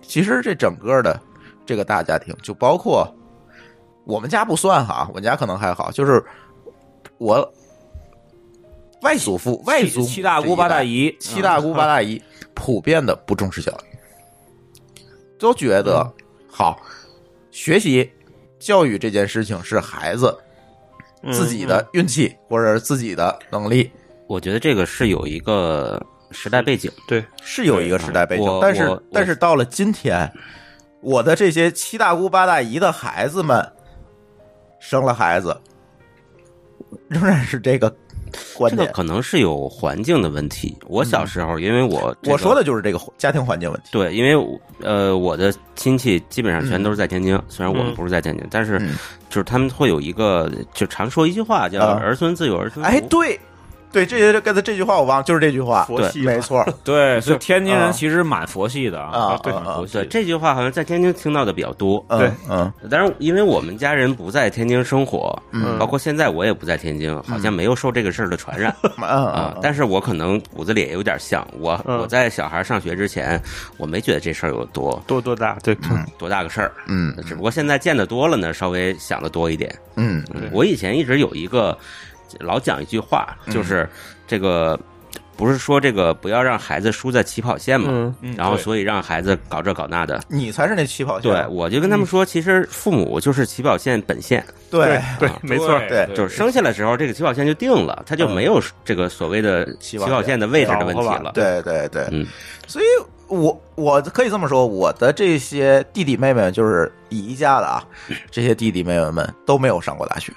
其实这整个的这个大家庭，就包括我们家不算哈，我们家可能还好，就是我外祖父、外祖母、 七大姑八大姨、 七大姑八大姨，普遍的不重视教育，都觉得好学习教育这件事情是孩子自己的运气或者是自己的能力。 我觉得这个是有一个时代背景， 对， 是有一个时代背景，但是到了今天，我的这些七大姑八大姨的孩子们生了孩子，仍然是这个观点。 这个可能是有环境的问题。我小时候，因为我说的就是这个家庭环境问题。 对，因为我的亲戚基本上全都是在天津，虽然我们不是在天津，但是就是他们会有一个，就常说一句话叫儿孙自有儿孙福。 哎，对。对，这句话我忘了，就是这句话， 佛系， 没错， 对，所以天津人其实蛮佛系的啊， 对，对，这句话好像在天津听到的比较多， 对， 但是因为我们家人不在天津生活，包括现在我也不在天津，好像没有受这个事儿的传染啊，但是我可能骨子里也有点像我在小孩上学之前，我没觉得这事儿有多大，对， 多大个事儿，只不过现在见得多了呢，稍微想得多一点，我以前一直有一个。老讲一句话，就是这个不是说这个不要让孩子输在起跑线嘛，然后所以让孩子搞这搞那的， 你才是那起跑线。 对，我就跟他们说，其实父母就是起跑线本线。 对， 没错， 对， 就是生下来的时候，这个起跑线就定了，他就没有这个所谓的起跑线的位置的问题了。 对，所以我可以这么说，我的这些弟弟妹妹，就是姨家的啊，这些弟弟妹妹们都没有上过大学。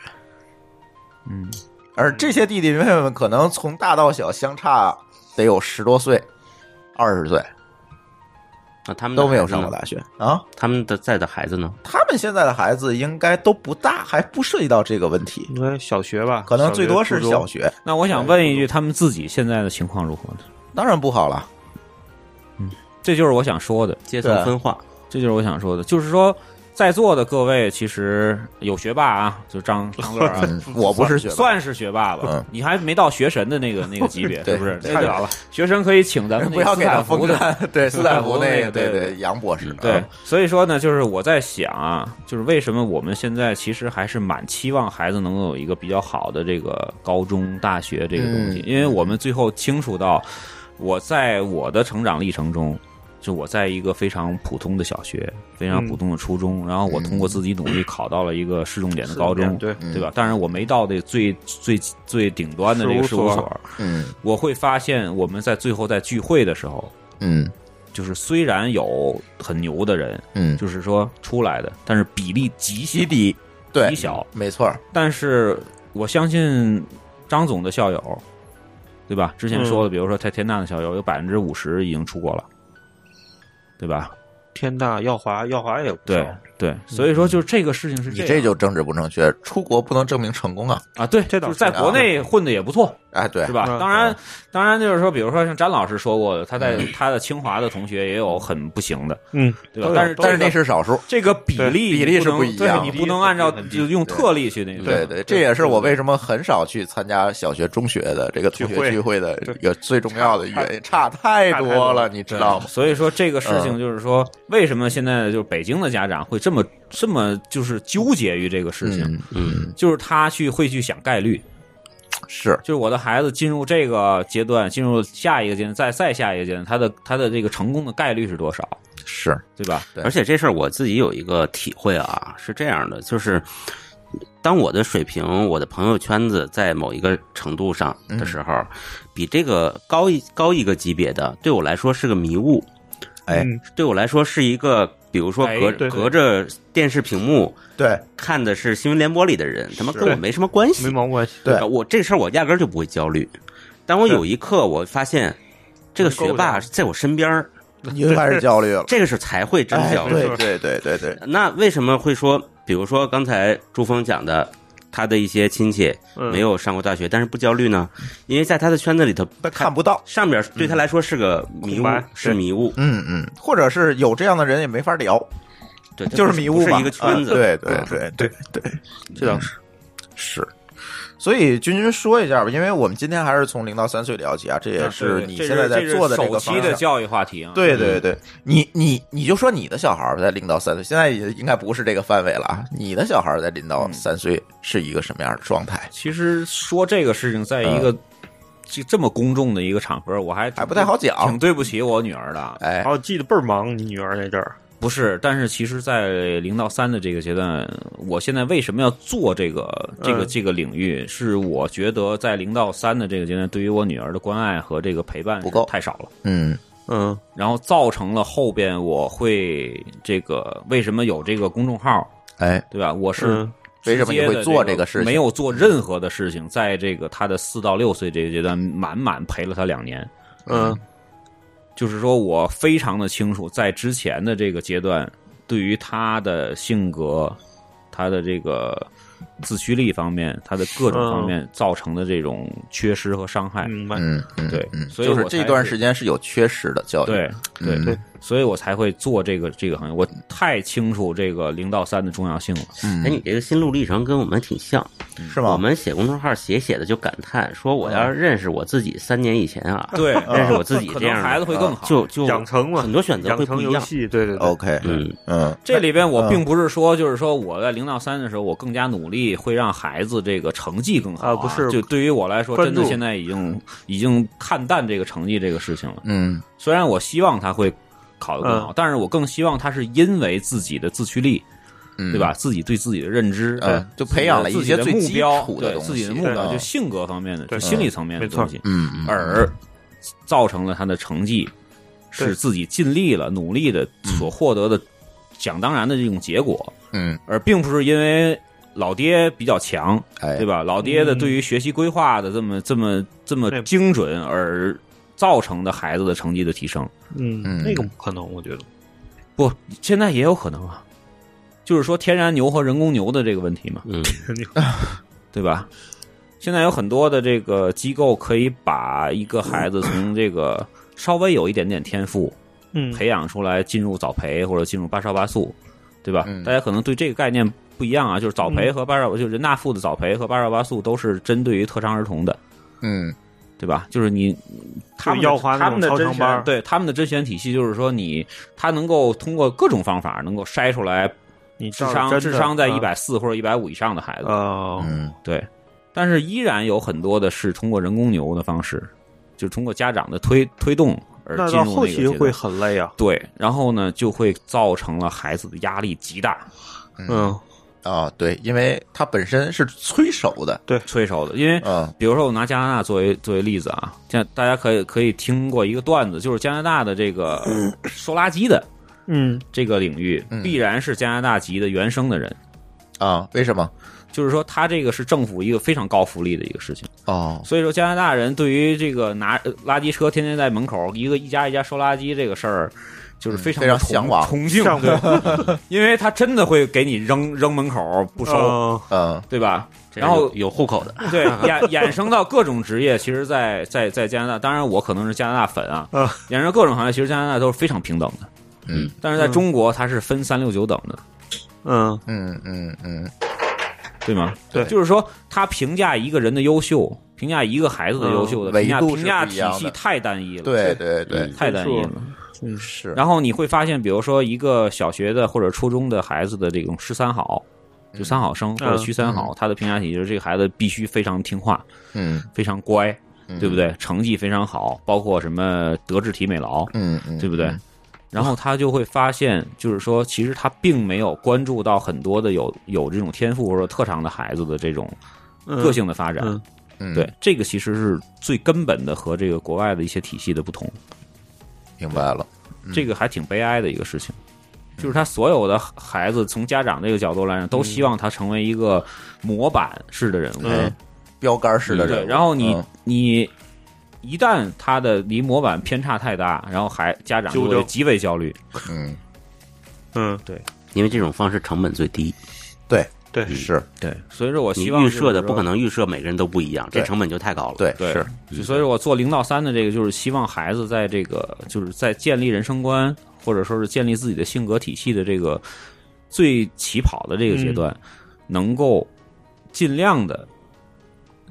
而这些弟弟妹妹们可能从大到小相差得有10多岁、20岁， 他们都没有上过大学啊。 他们的孩子呢？ 他们现在的孩子应该都不大，还不涉及到这个问题。 应该小学吧， 可能最多是小学。 那我想问一句，他们自己现在的情况如何呢？ 当然不好了。 这就是我想说的阶层分化。 这就是我想说的，就是说。在座的各位其实有学霸啊，就张乐啊， 我不是学霸， 算是学霸吧。你还没到学神的那个级别，是不是？ 太远了。 学神可以请咱们不要给他封的， 对斯坦福那个，对杨博士。 对，所以说呢，就是我在想啊，就是为什么我们现在其实还是蛮期望孩子能够有一个比较好的这个高中、大学这个东西，因为我们最后清楚到，我在我的成长历程中。就我在一个非常普通的小学，非常普通的初中，然后我通过自己努力考到了一个市重点的高中，对吧？当然我没到这最顶端的这个事务所，我会发现我们在最后在聚会的时候，就是虽然有很牛的人，就是说出来的，但是比例极低，极小， 没错。 但是我相信张总的校友，对吧？之前说的，比如说在天大的校友，有50%已经出国了。对吧？ 天大、耀华也对，所以说就是这个事情是你这就政治不正确，出国不能证明成功啊！ 对，就是在国内混的也不错， 哎，对， 是吧？当然就是说，比如说像詹老师说过的，他在他的清华的同学也有很不行的，对吧？但是那是少数， 这个比例是不一样， 你不能按照就用特例去那个。 对，这也是我为什么很少去参加小学、中学的这个同学聚会的一个最重要的原因，差太多了，你知道吗？ 所以说这个事情就是说，为什么现在就是北京的家长会这么就是纠结于这个事情，就是他会去想概率， 是， 就是我的孩子进入这个阶段，进入下一个阶段，再下一个阶段，他的这个成功的概率是多少？ 是， 对吧？ 对， 而且这事儿我自己有一个体会啊，是这样的，就是当我的水平，我的朋友圈子在某一个程度上的时候，比这个高一个级别的，对我来说是个迷雾。对我来说是一个，比如说隔着电视屏幕对看的是新闻联播里的人，他妈跟我没什么关系， 没毛关系。 对， 我这事儿我压根儿就不会焦虑。但我有一刻我发现，这个学霸在我身边， 你就开始焦虑了。 这个是才会真焦虑。 对。 那为什么会说，比如说刚才朱峰讲的？他的一些亲戚没有上过大学，但是不焦虑呢，因为在他的圈子里头看不到， 上面对他来说是个迷雾，是迷雾。 或者是有这样的人也没法聊， 对， 就是迷雾嘛， 是一个圈子。 对， 这倒是。 所以君说一下吧，因为我们今天还是从0到3岁聊起啊，这也是你现在在做的这个首期的教育话题啊。 对对对，你就说你的小孩在0到3岁，现在也应该不是这个范围了。你的小孩在0到3岁是一个什么样的状态？ 其实说这个事情，在一个这么公众的一个场合，我还不太好讲， 挺对不起我女儿的。 哎，我记得倍儿忙，你女儿那阵儿。 不是，但是其实，在0到3的这个阶段，我现在为什么要做这个领域？是我觉得在0到3的这个阶段，对于我女儿的关爱和这个陪伴不够， 太少了。 然后造成了后边我会这个为什么有这个公众号？ 哎， 对吧？我是为什么你会做这个事情？ 没有做任何的事情，在这个他的4到6岁这个阶段，满陪了他2年。就是说我非常的清楚，在之前的这个阶段，对于他的性格、他的这个自驱力方面、他的各种方面造成的这种缺失和伤害。对，所以就是这段时间是有缺失的教育。 对，所以我才会做这个行业。我太清楚这个0到3的重要性了。 哎，你这个心路历程跟我们挺像， 是吗？ 我们写公众号写的就感叹说，我要认识我自己3年以前啊， 对， 认识我自己这样， 孩子会更好， 就养成嘛， 很多选择会不一样。 对 ，OK， 这里边我并不是说，就是说我在0到3的时候，我更加努力，会让孩子这个成绩更好啊。 不是， 就对于我来说，真的现在已经看淡这个成绩这个事情了。虽然我希望他会考得更好，但是我更希望他是因为自己的自驱力，对吧？自己对自己的认知， 就培养了一些最基础的东西， 对自己的目标，就性格方面的，就心理层面的东西， 而造成了他的成绩是自己尽力了、努力的所获得的想当然的这种结果，而并不是因为老爹比较强，对吧？老爹的对于学习规划的这么精准而造成的孩子的成绩的提升。 那个不可能，我觉得不，现在也有可能啊，就是说天然牛和人工牛的这个问题嘛，对吧？现在有很多的这个机构可以把一个孩子从这个稍微有一点点天赋，培养出来进入早培或者进入8少8速，对吧？大家可能对这个概念不一样啊，就是早培和8少，就人大附的早培和8少8速都是针对于特长儿童的，对吧？就是他们的甄选，对他们的甄选体系，就是说他能够通过各种方法能够筛出来你智商在140或者150以上的孩子。对。但是依然有很多的是通过人工牛的方式，就是通过家长的推动而进入那个阶段。 那到后期会很累啊。 对，然后呢就会造成了孩子的压力极大。 对，因为它本身是催熟的， 对，催熟的。因为比如说我拿加拿大作为例子啊，像大家可以听过一个段子，就是加拿大的这个收垃圾的，这个领域必然是加拿大籍的原生的人啊？为什么？ 就是说，他这个是政府一个非常高福利的一个事情所以说加拿大人对于这个拿垃圾车天天在门口一家一家收垃圾这个事儿，就是非常向往崇敬，对，因为他真的会给你扔门口不收，对吧？然后有户口的， 对，衍生到各种职业，其实在加拿大，当然我可能是加拿大粉啊，衍生到各种行业，其实加拿大都是非常平等的，但是在中国它是分3、6、9等的，对吗？ 对， 就是说，他评价一个人的优秀，评价一个孩子的优秀的评价体系太单一了， 对， 太单一了。 是。 然后你会发现，比如说一个小学的或者初中的孩子的这种13好，就3好生或者区3好，他的评价体系就是这个孩子必须非常听话，非常乖，对不对？成绩非常好，包括什么德智体美劳，对不对？然后他就会发现，就是说，其实他并没有关注到很多的有这种天赋或者特长的孩子的这种个性的发展。对，这个其实是最根本的和这个国外的一些体系的不同。 明白了， 这个还挺悲哀的一个事情，就是他所有的孩子从家长这个角度来讲，都希望他成为一个模板式的人物， 标杆式的人物。 对，然后你。一旦他的离模板偏差太大，然后家长就会极为焦虑。对， 因为这种方式成本最低。 对， 是，对，所以说我希望预设的不可能预设每个人都不一样，这成本就太高了。 对， 是，所以说我做0到3的这个，就是希望孩子在这个就是在建立人生观或者说是建立自己的性格体系的这个最起跑的这个阶段，能够尽量的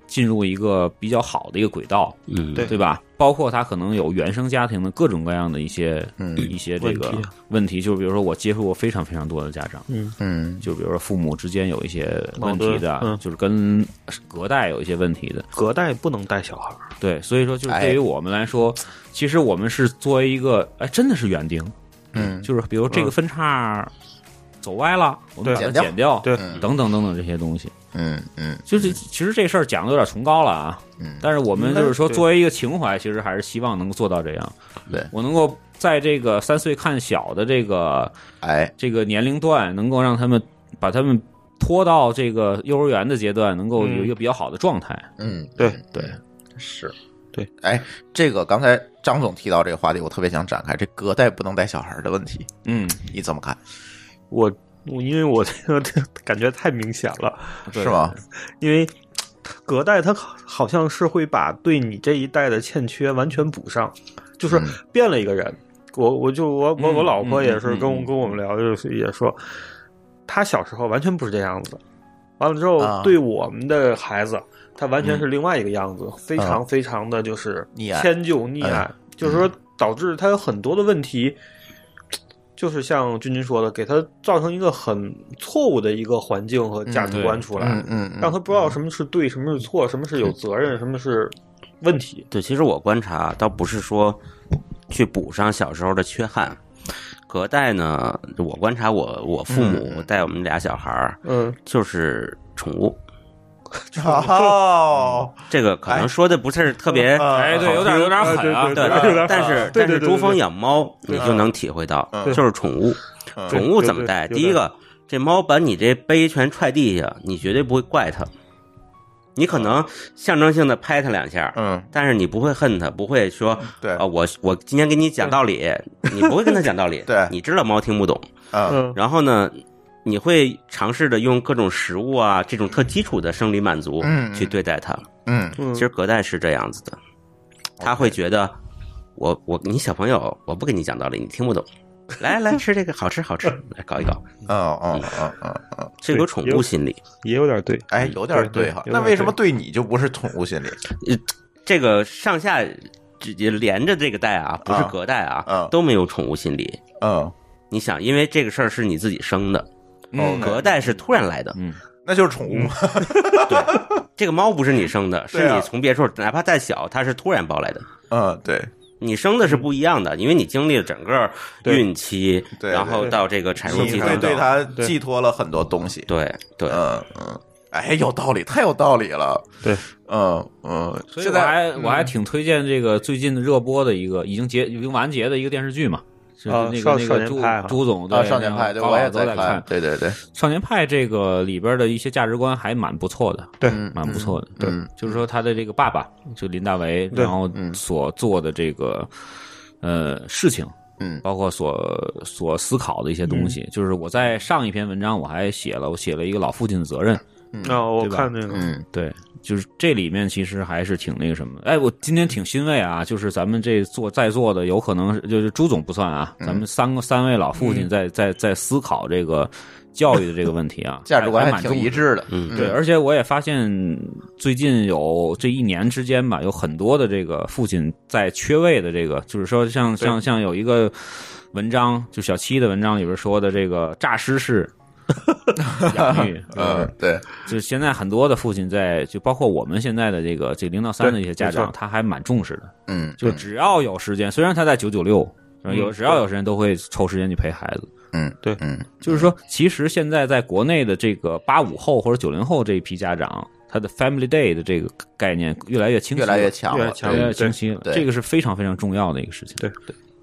进入一个比较好的一个轨道，对吧？包括他可能有原生家庭的各种各样的一些这个问题，就是比如说我接触过非常非常多的家长，就比如说父母之间有一些问题的，就是跟隔代有一些问题的， 隔代不能带小孩， 对，所以说就是对于我们来说，其实我们是作为一个真的是园丁，就是比如这个分叉走歪了，我们把它剪掉， 对， 等等等等这些东西，就是其实这事儿讲的有点崇高了啊，但是我们就是说作为一个情怀，其实还是希望能够做到这样， 对， 我能够在这个3岁看小的这个这个年龄段，能够让他们把他们拖到这个幼儿园的阶段，能够有一个比较好的状态， 对， 是。 对， 这个刚才张总提到这个话题，我特别想展开这隔代不能带小孩的问题。你怎么看？ 我因为我这个感觉太明显了， 是吗？ 因为隔代它好像是会把对你这一代的欠缺完全补上，就是变了一个人。我老婆也是跟我们聊，就是也说，她小时候完全不是这样子，完了之后对我们的孩子。他完全是另外一个样子，非常非常的就是迁就溺爱，就是说导致他有很多的问题，就是像君君说的，给他造成一个很错误的一个环境和价值观出来，让他不知道什么是对，什么是错，什么是有责任，什么是问题。 对，其实我观察倒不是说去补上小时候的缺憾。隔代呢，我观察我父母带我们俩小孩就是宠物。这个可能说的不是特别， 对，有点狠啊， 对，但是珠峰养猫，你就能体会到，就是宠物，宠物怎么带？第一个，这猫把你这杯全踹地下，你绝对不会怪它，你可能象征性的拍它2下，但是你不会恨它，不会说，对啊，我今天给你讲道理，你不会跟他讲道理，对，你知道猫听不懂，然后呢？你会尝试的用各种食物啊，这种特基础的生理满足去对待它。其实隔代是这样子的，他会觉得你小朋友，我不跟你讲道理，你听不懂。来吃这个，好吃，来搞一搞。这个宠物心理也有点对， 有点对哈。那为什么对你就不是宠物心理？ 这个上下连着这个代啊，不是隔代啊，都没有宠物心理。你想，因为这个事儿是你自己生的。隔代是突然来的， 那就是宠物。 对，这个猫不是你生的，是你从别处，哪怕再小，它是突然抱来的。 对， 你生的是不一样的，因为你经历了整个孕期，然后到这个产褥期， 对它寄托了很多东西。 对， 有道理，太有道理了。 对， 所以我还挺推荐这个最近热播的一个已经完结的一个电视剧嘛。那个朱总对少年派，对，我也在看，对， 少年派这个里边的一些价值观还蛮不错的， 对， 蛮不错的，对，就是说他的这个爸爸就林大为，然后所做的这个事情，包括所思考的一些东西，就是我在上一篇文章我还写了一个老父亲的责任， 我看那个， 对。就是这里面其实还是挺那个什么，我今天挺欣慰啊，就是咱们在座的有可能就是朱总不算啊，咱们三位老父亲在思考这个教育的这个问题啊， 价值观还挺一致的， 对，而且我也发现最近有这1年之间吧，有很多的这个父亲在缺位的这个，就是说像有一个文章，就小七的文章里边说的这个诈尸式。养育， 对， 就是现在很多的父亲就包括我们现在的这0到3的一些家长，他还蛮重视的，就只要有时间，虽然他在996，只要有时间都会抽时间去陪孩子， 对， 就是说，其实现在在国内的这个85后或者90后这一批家长，他的 Family Day 的这个概念越来越清晰， 越来越强， 越来越清晰了，这个是非常非常重要的一个事情， 对。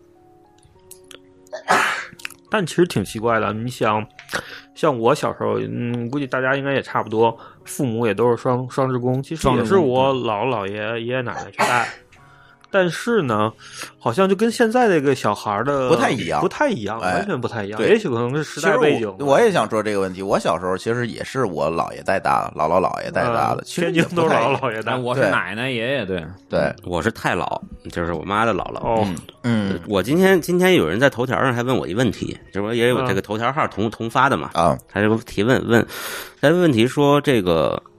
但其实挺奇怪的，你想，像我小时候，估计大家应该也差不多，父母也都是双职工，其实也是我姥姥爷爷奶奶去带。但是呢，好像就跟现在这个小孩的不太一样， 完全不太一样。也许可能是时代背景。 我也想说这个问题。我小时候其实也是我姥爷带大的，姥姥姥爷带大的， 天津都是姥姥姥爷带。 我是奶奶爷爷，对， 我是太姥，就是我妈的姥姥。我今天有人在头条上还问我一问题，这不也有这个头条号同发的嘛？他这个提问他的问题说这个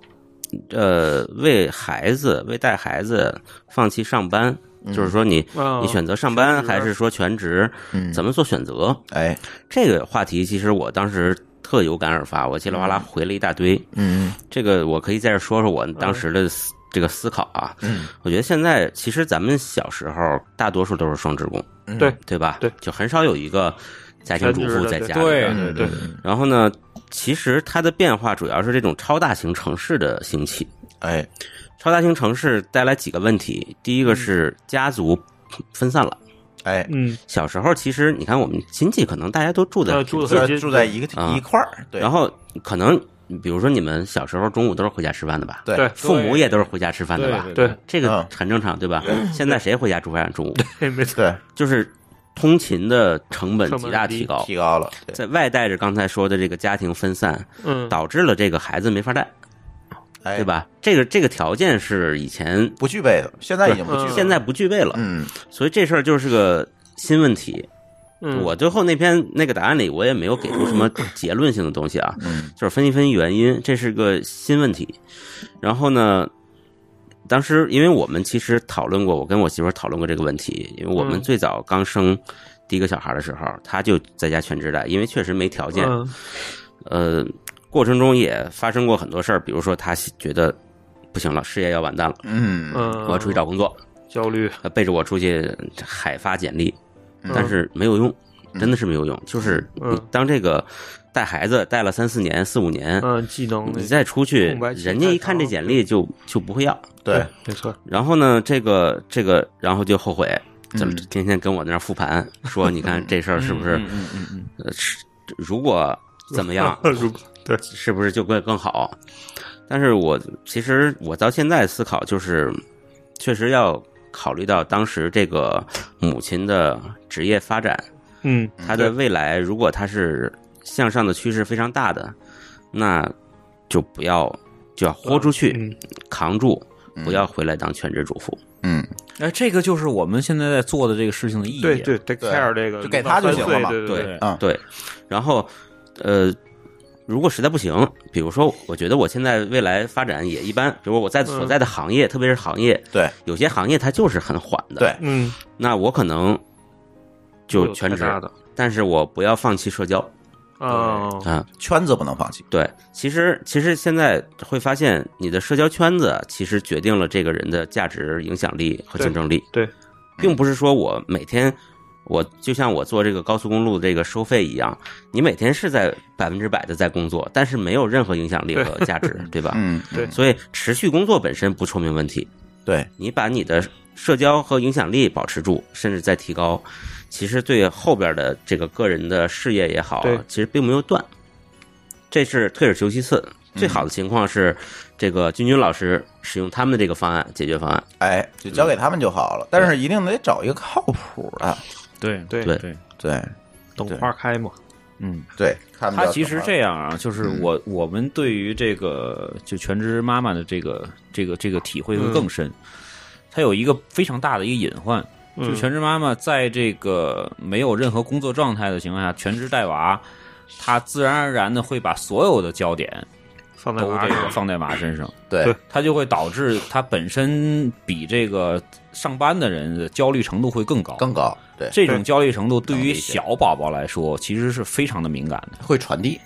为带孩子放弃上班，就是说你选择上班还是说全职，怎么做选择？ 哎， 这个话题其实我当时特有感而发，我稀里哗啦回了一大堆。这个我可以在这说说我当时的这个思考啊。我觉得现在其实咱们小时候大多数都是双职工，对吧？ 对， 就很少有一个家庭主妇在家里。 对。 然后呢，其实它的变化主要是这种超大型城市的兴起。 哎， 超大型城市带来几个问题，第一个是家族分散了。 哎， 小时候其实你看我们亲戚可能大家都住在一块儿，对。 然后可能比如说你们小时候中午都是回家吃饭的吧？ 对， 父母也都是回家吃饭的吧？ 对， 这个很正常，对吧？现在谁回家煮饭中午？ 对，没错， 就是通勤的成本极大提高了， 在外带着刚才说的这个家庭分散，导致了这个孩子没法带。对吧？这个条件是以前不具备的，现在已经不具备了， 现在不具备了。所以这事儿就是个新问题。我最后那个答案里，我也没有给出什么结论性的东西啊，就是分析原因，这是个新问题。然后呢，当时因为我们其实讨论过，我跟我媳妇讨论过这个问题，因为我们最早刚生第一个小孩的时候，他就在家全职带，因为确实没条件。过程中也发生过很多事儿，比如说他觉得不行了，事业要完蛋了，我要出去找工作， 焦虑， 背着我出去海发简历，但是没有用，真的是没有用。就是你当这个带孩子带了3-4年、4-5年， 技能你再出去，人家一看这简历就不会要， 对， 没错。 然后呢，这个，然后就后悔，天天跟我那儿复盘，说你看这事儿是不是，如果怎么样？ 对， 是不是就会更好？但是其实我到现在思考，就是确实要考虑到当时这个母亲的职业发展，她的未来如果她是向上的趋势非常大的，那就要豁出去，扛住，不要回来当全职主妇。 这个就是我们现在在做的这个事情的意义。 对 care 这个就给他就行了嘛。 对。然后如果实在不行，比如说我觉得我现在未来发展也一般，比如我所在的行业，特别是行业， 对， 有些行业它就是很缓的， 对， 那我可能就全职，但是我不要放弃社交。 圈子不能放弃。 对，其实现在会发现，你的社交圈子其实决定了这个人的价值、影响力和竞争力。 对， 并不是说我每天就像我做这个高速公路这个收费一样，你每天是在100%的在工作，但是没有任何影响力和价值，对吧？ 对。 所以持续工作本身不说明问题。 对， 你把你的社交和影响力保持住，甚至再提高，其实对后边的这个个人的事业也好，其实并没有断。这是退而求其次。最好的情况是，这个君老师使用他们的这个方案解决方案， 就交给他们就好了。但是一定得找一个靠谱的。 对， 等花开嘛。 对， 他其实这样啊，就是我们对于这个就全职妈妈的这个体会会更深。它有一个非常大的一个隐患，就全职妈妈在这个没有任何工作状态的情况下，全职带娃，她自然而然的会把所有的焦点放在娃身上， 对， 它就会导致它本身比这个上班的人的焦虑程度会更高。 对， 这种焦虑程度对于小宝宝来说，其实是非常的敏感的， 会传递。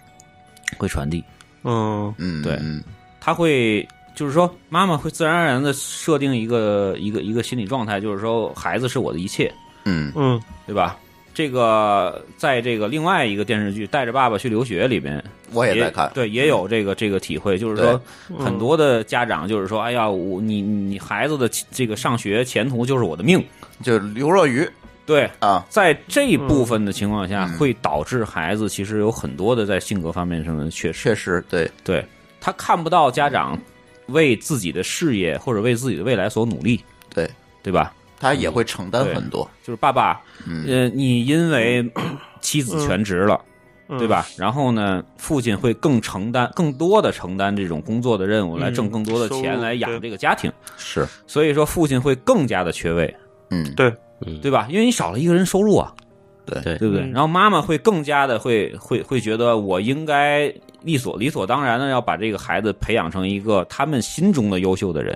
对，他会就是说，妈妈会自然而然的设定一个心理状态，就是说，孩子是我的一切，对吧？这个在这个另外一个电视剧《带着爸爸去留学》里边， 我也在看， 对，也有这个体会，就是说很多的家长就是说，哎呀，你孩子的这个上学前途就是我的命， 就刘若愚， 对啊，在这一部分的情况下，会导致孩子其实有很多的在性格方面上的缺失， 对，他看不到家长为自己的事业或者为自己的未来所努力，对吧？ 他也会承担很多， 就是爸爸，你因为妻子全职了，对吧？然后呢，父亲会更多的承担这种工作的任务，来挣更多的钱来养这个家庭， 是， 所以说父亲会更加的缺位， 对吧？因为你少了一个人收入啊， 对不对？然后妈妈会更加的会觉得我应该理所当然的要把这个孩子培养成一个他们心中的优秀的人。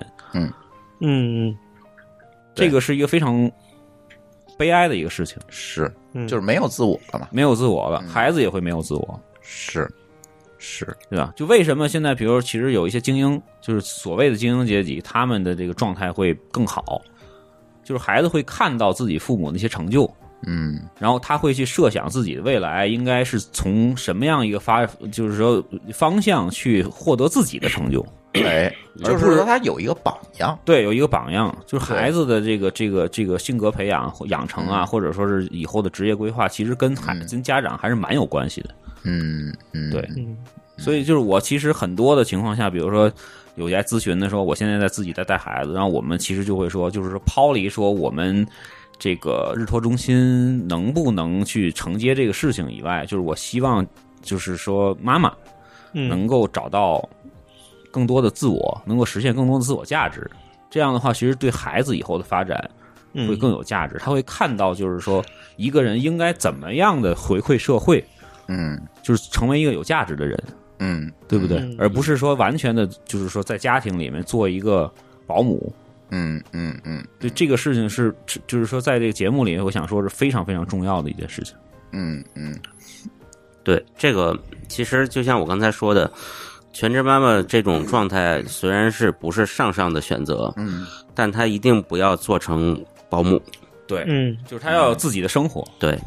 这个是一个非常悲哀的一个事情， 是，就是没有自我了嘛， 没有自我了，孩子也会没有自我， 是， 对吧？就为什么现在，比如其实有一些精英，就是所谓的精英阶级，他们的这个状态会更好，就是孩子会看到自己父母的一些成就，然后他会去设想自己的未来应该是从什么样一个就是说方向去获得自己的成就。 就是说他有一个榜样， 对，有一个榜样，就是孩子的这个性格培养养成啊，或者说是以后的职业规划，其实跟跟家长还是蛮有关系的。对，所以就是我其实很多的情况下，比如说有在咨询的时候，我现在自己在带孩子，然后我们其实就会说，就是说抛离说我们这个日托中心能不能去承接这个事情以外，就是我希望就是说妈妈能够找到更多的自我，能够实现更多的自我价值。这样的话，其实对孩子以后的发展会更有价值。他会看到，就是说一个人应该怎么样的回馈社会，就是成为一个有价值的人，对不对？而不是说完全的，就是说在家庭里面做一个保姆。对，这个事情是，就是说在这个节目里，我想说是非常非常重要的一件事情。 对，这个其实就像我刚才说的。全职妈妈这种状态虽然是不是上的选择，但她一定不要做成保姆。 对，就是她要有自己的生活。 对，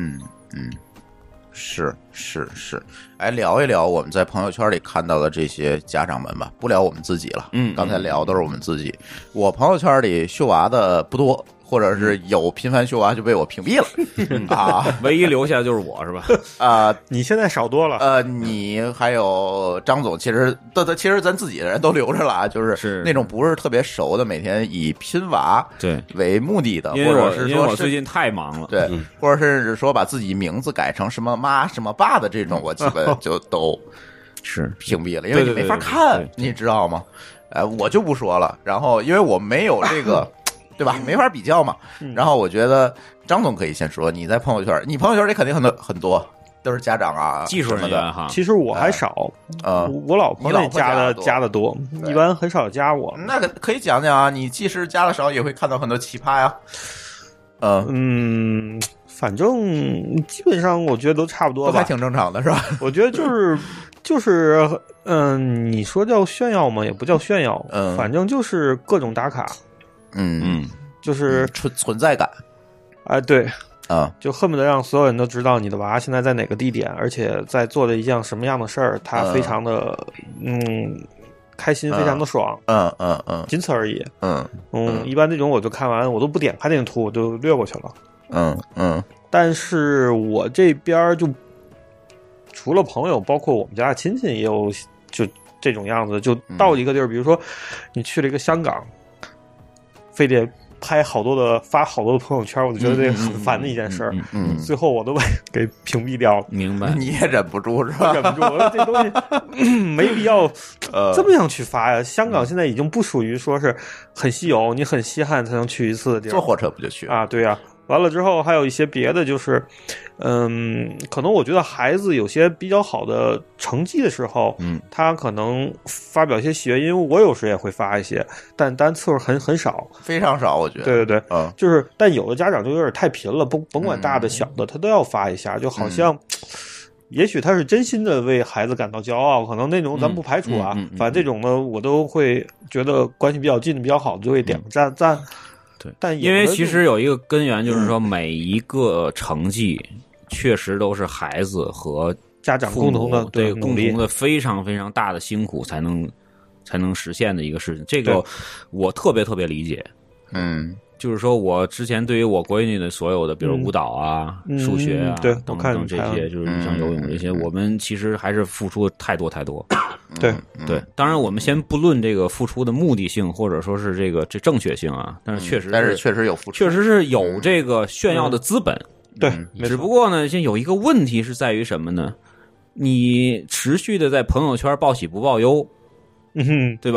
是。来聊一聊我们在朋友圈里看到的这些家长们吧，不聊我们自己了。刚才聊都是我们自己。我朋友圈里秀娃的不多，或者是有频繁秀娃就被我屏蔽了啊， 唯一留下就是我是吧？ 你现在少多了。 你还有张总，其实咱自己的人都留着了啊，就是那种不是特别熟的，每天以拼娃为目的的，或者是说我最近太忙了， 对，或者甚至说把自己名字改成什么妈什么爸的这种，我基本就都是屏蔽了，因为你没法看，你知道吗？我就不说了。然后因为我没有这个。对吧？没法比较嘛。然后我觉得张总可以先说，你在朋友圈，你朋友圈里肯定很多都是家长啊， 技术人员哈。 其实我还少，我老婆那加的多，一般很少加我。 那个可以讲讲啊，你即使加的少，也会看到很多奇葩呀。 反正基本上我觉得都差不多吧， 都还挺正常的是吧？ 我觉得就是，你说叫炫耀吗？也不叫炫耀，反正就是各种打卡。就是存在感， 对就恨不得让所有人都知道你的娃现在在哪个地点，而且在做了一件什么样的事儿，他非常的开心，非常的爽，仅此而已。一般那种我就看完，我都不点开那个图，我就略过去了。但是我这边就除了朋友，包括我们家的亲戚也有就这种样子，就到一个地儿，比如说你去了一个香港。非得拍好多的发好多的朋友圈，我就觉得这很烦的一件事儿。最后我都给屏蔽掉了。 明白？ 你也忍不住是吧？ 忍不住，我说这东西没必要这么样去发呀。香港现在已经不属于说是很稀有，你很稀罕才能去一次的地儿。 坐火车不就去啊？对呀。完了之后还有一些别的，就是可能我觉得孩子有些比较好的成绩的时候，他可能发表一些喜悦，因为我有时也会发一些，但次数很少， 非常少，我觉得。 对，就是但有的家长就有点太贫了，甭管大的小的，他都要发一下，就好像。也许他是真心的为孩子感到骄傲，可能那种咱不排除啊，反正这种呢，我都会觉得关系比较近的、比较好的，就会点个赞。 对，但因为其实有一个根源，就是说每一个成绩确实都是孩子和家长共同的非常非常大的辛苦才能实现的一个事情。这个我特别特别理解。就是说我之前对于我闺女的所有的，比如舞蹈啊、数学啊等等这些，就是像游泳这些，我们其实还是付出太多。 对， 当然我们先不论这个付出的目的性或者说是这正确性啊，但是确实有付出， 确实是有这个炫耀的资本。 对， 只不过呢，现在有一个问题是在于什么呢？你持续的在朋友圈报喜不报忧，对吧？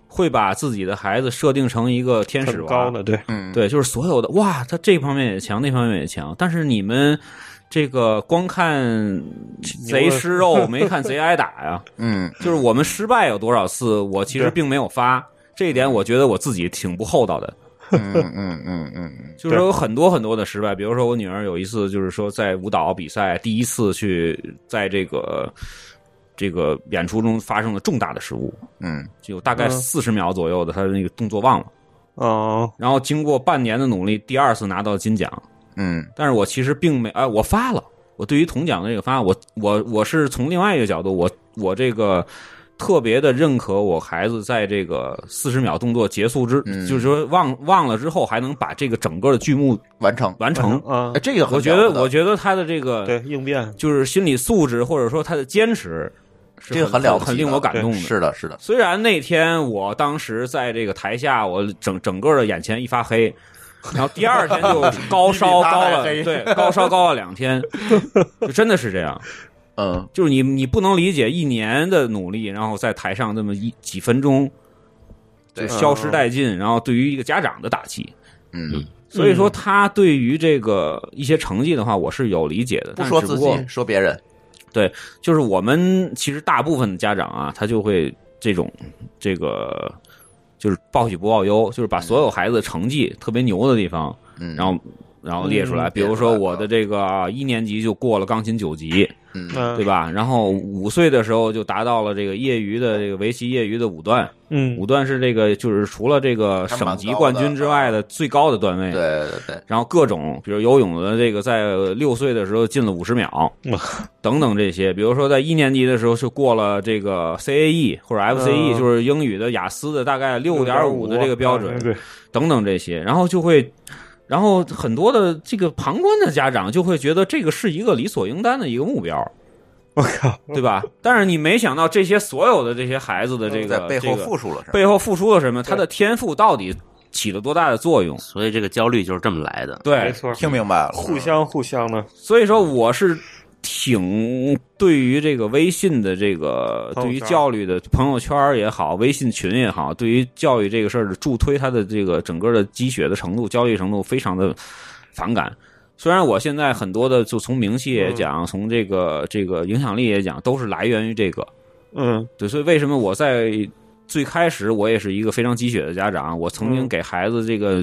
会把自己的孩子设定成一个天使娃， 高的，对， 对，就是所有的哇，他这方面也强，那方面也强，但是你们这个光看贼吃肉，没看贼挨打呀。就是我们失败有多少次，我其实并没有发，这一点我觉得我自己挺不厚道的。就是有很多很多的失败，比如说我女儿有一次，就是说在舞蹈比赛第一次去在这个演出中发生了重大的失误，就大概40秒左右的，她的那个动作忘了，然后经过半年的努力，第2次拿到金奖，但是我其实并没，我发了，我对于铜奖的这个发，我是从另外一个角度，我这个特别的认可我孩子在这个40秒动作结束就是说忘了之后还能把这个整个的剧目完成， 这个我觉得他的这个对应变就是心理素质或者说他的坚持。 这个很了不起， 很令我感动的。 是的。 虽然那天我当时在这个台下，我整个的眼前一发黑，然后第2天就高烧高了，对，高烧高了2天，就真的是这样。就是你不能理解1年的努力，然后在台上这么几分钟就消失殆尽，然后对于一个家长的打击，所以说他对于这个一些成绩的话，我是有理解的， 不说自己，说别人。 对，就是我们其实大部分的家长啊，他就会这个就是报喜不报忧，就是把所有孩子的成绩特别牛的地方，然后列出来，比如说我的这个1年级就过了钢琴9级，对吧？然后5岁的时候就达到了这个业余的这个围棋业余的5段，5段是这个就是除了这个省级冠军之外的最高的段位， 对。 然后各种比如游泳的这个在6岁的时候进了50秒，等等这些，比如说在1年级的时候就过了这个 CAE 或者 FCE，就是英语的雅思的大概6.5的这个标准，等等这些，然后很多的这个旁观的家长就会觉得这个是一个理所应当的一个目标， 我靠， 对吧？但是你没想到这些所有的这些孩子的这个背后付出了什么？ 背后付出了什么？他的天赋到底起了多大的作用？ 所以这个焦虑就是这么来的。 对， 没错， 听明白了， 互相的。 所以说我是挺对于这个微信的这个对于教育的朋友圈也好，微信群也好，对于教育这个事儿的助推，它的这个整个的积雪的程度、焦虑程度非常的反感。虽然我现在很多的就从名气也讲，从这个影响力也讲，都是来源于这个，对，所以为什么我在最开始我也是一个非常积雪的家长，我曾经给孩子这个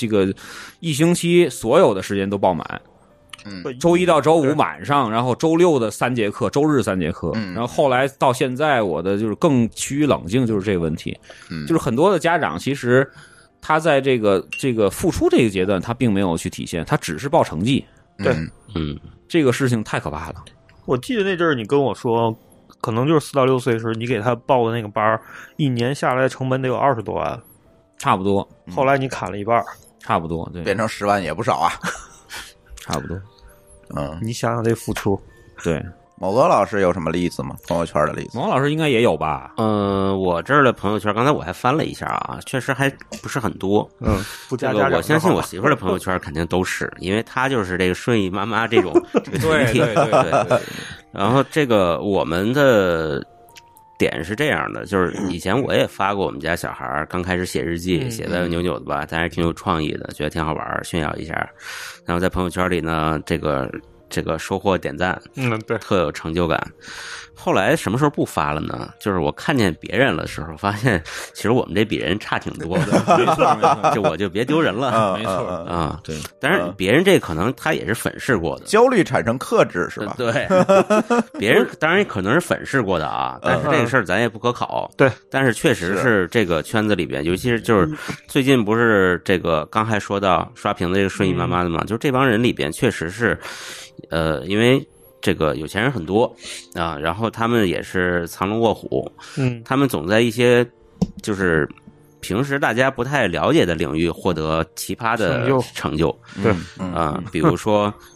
1星期所有的时间都爆满。周一到周五晚上，然后周六的3节课，周日3节课，然后后来到现在，我的就是更趋于冷静，就是这个问题，就是很多的家长其实他在这个付出这个阶段，他并没有去体现，他只是报成绩， 对， 这个事情太可怕了。 我记得那阵儿你跟我说，可能就是4到6岁时，你给他报的那个班，1年下来成本得有20多万， 差不多。 后来你砍了一半， 差不多，对， 变成10万也不少啊， 差不多。 你想想这付出， 对。 某个老师有什么例子吗？朋友圈的例子？ 某老师应该也有吧？ 我这儿的朋友圈，刚才我还翻了一下啊，确实还不是很多。 不加家长， 我相信我媳妇儿的朋友圈肯定都是，因为她就是这个顺义妈妈这种这个群体。 对。 然后这个我们的点是这样的，就是以前我也发过我们家小孩刚开始写日记，写的扭扭的吧，但是挺有创意的，觉得挺好玩，炫耀一下。然后在朋友圈里呢，这个收获点赞， 对， 特有成就感。后来什么时候不发了呢？就是我看见别人的时候，发现其实我们这比人差挺多的， 没错， 就我就别丢人了， 没错啊， 对。 但是别人这可能他也是粉饰过的， 焦虑产生克制是吧？ 对，别人当然可能是粉饰过的啊，但是这个事儿咱也不可考。 对， 但是确实是这个圈子里边，尤其是就是最近不是这个刚才说到刷屏的这个顺义妈妈的嘛，就是这帮人里边确实是，因为这个有钱人很多啊，然后他们也是藏龙卧虎，他们总在一些就是平时大家不太了解的领域获得奇葩的成就， 对比如说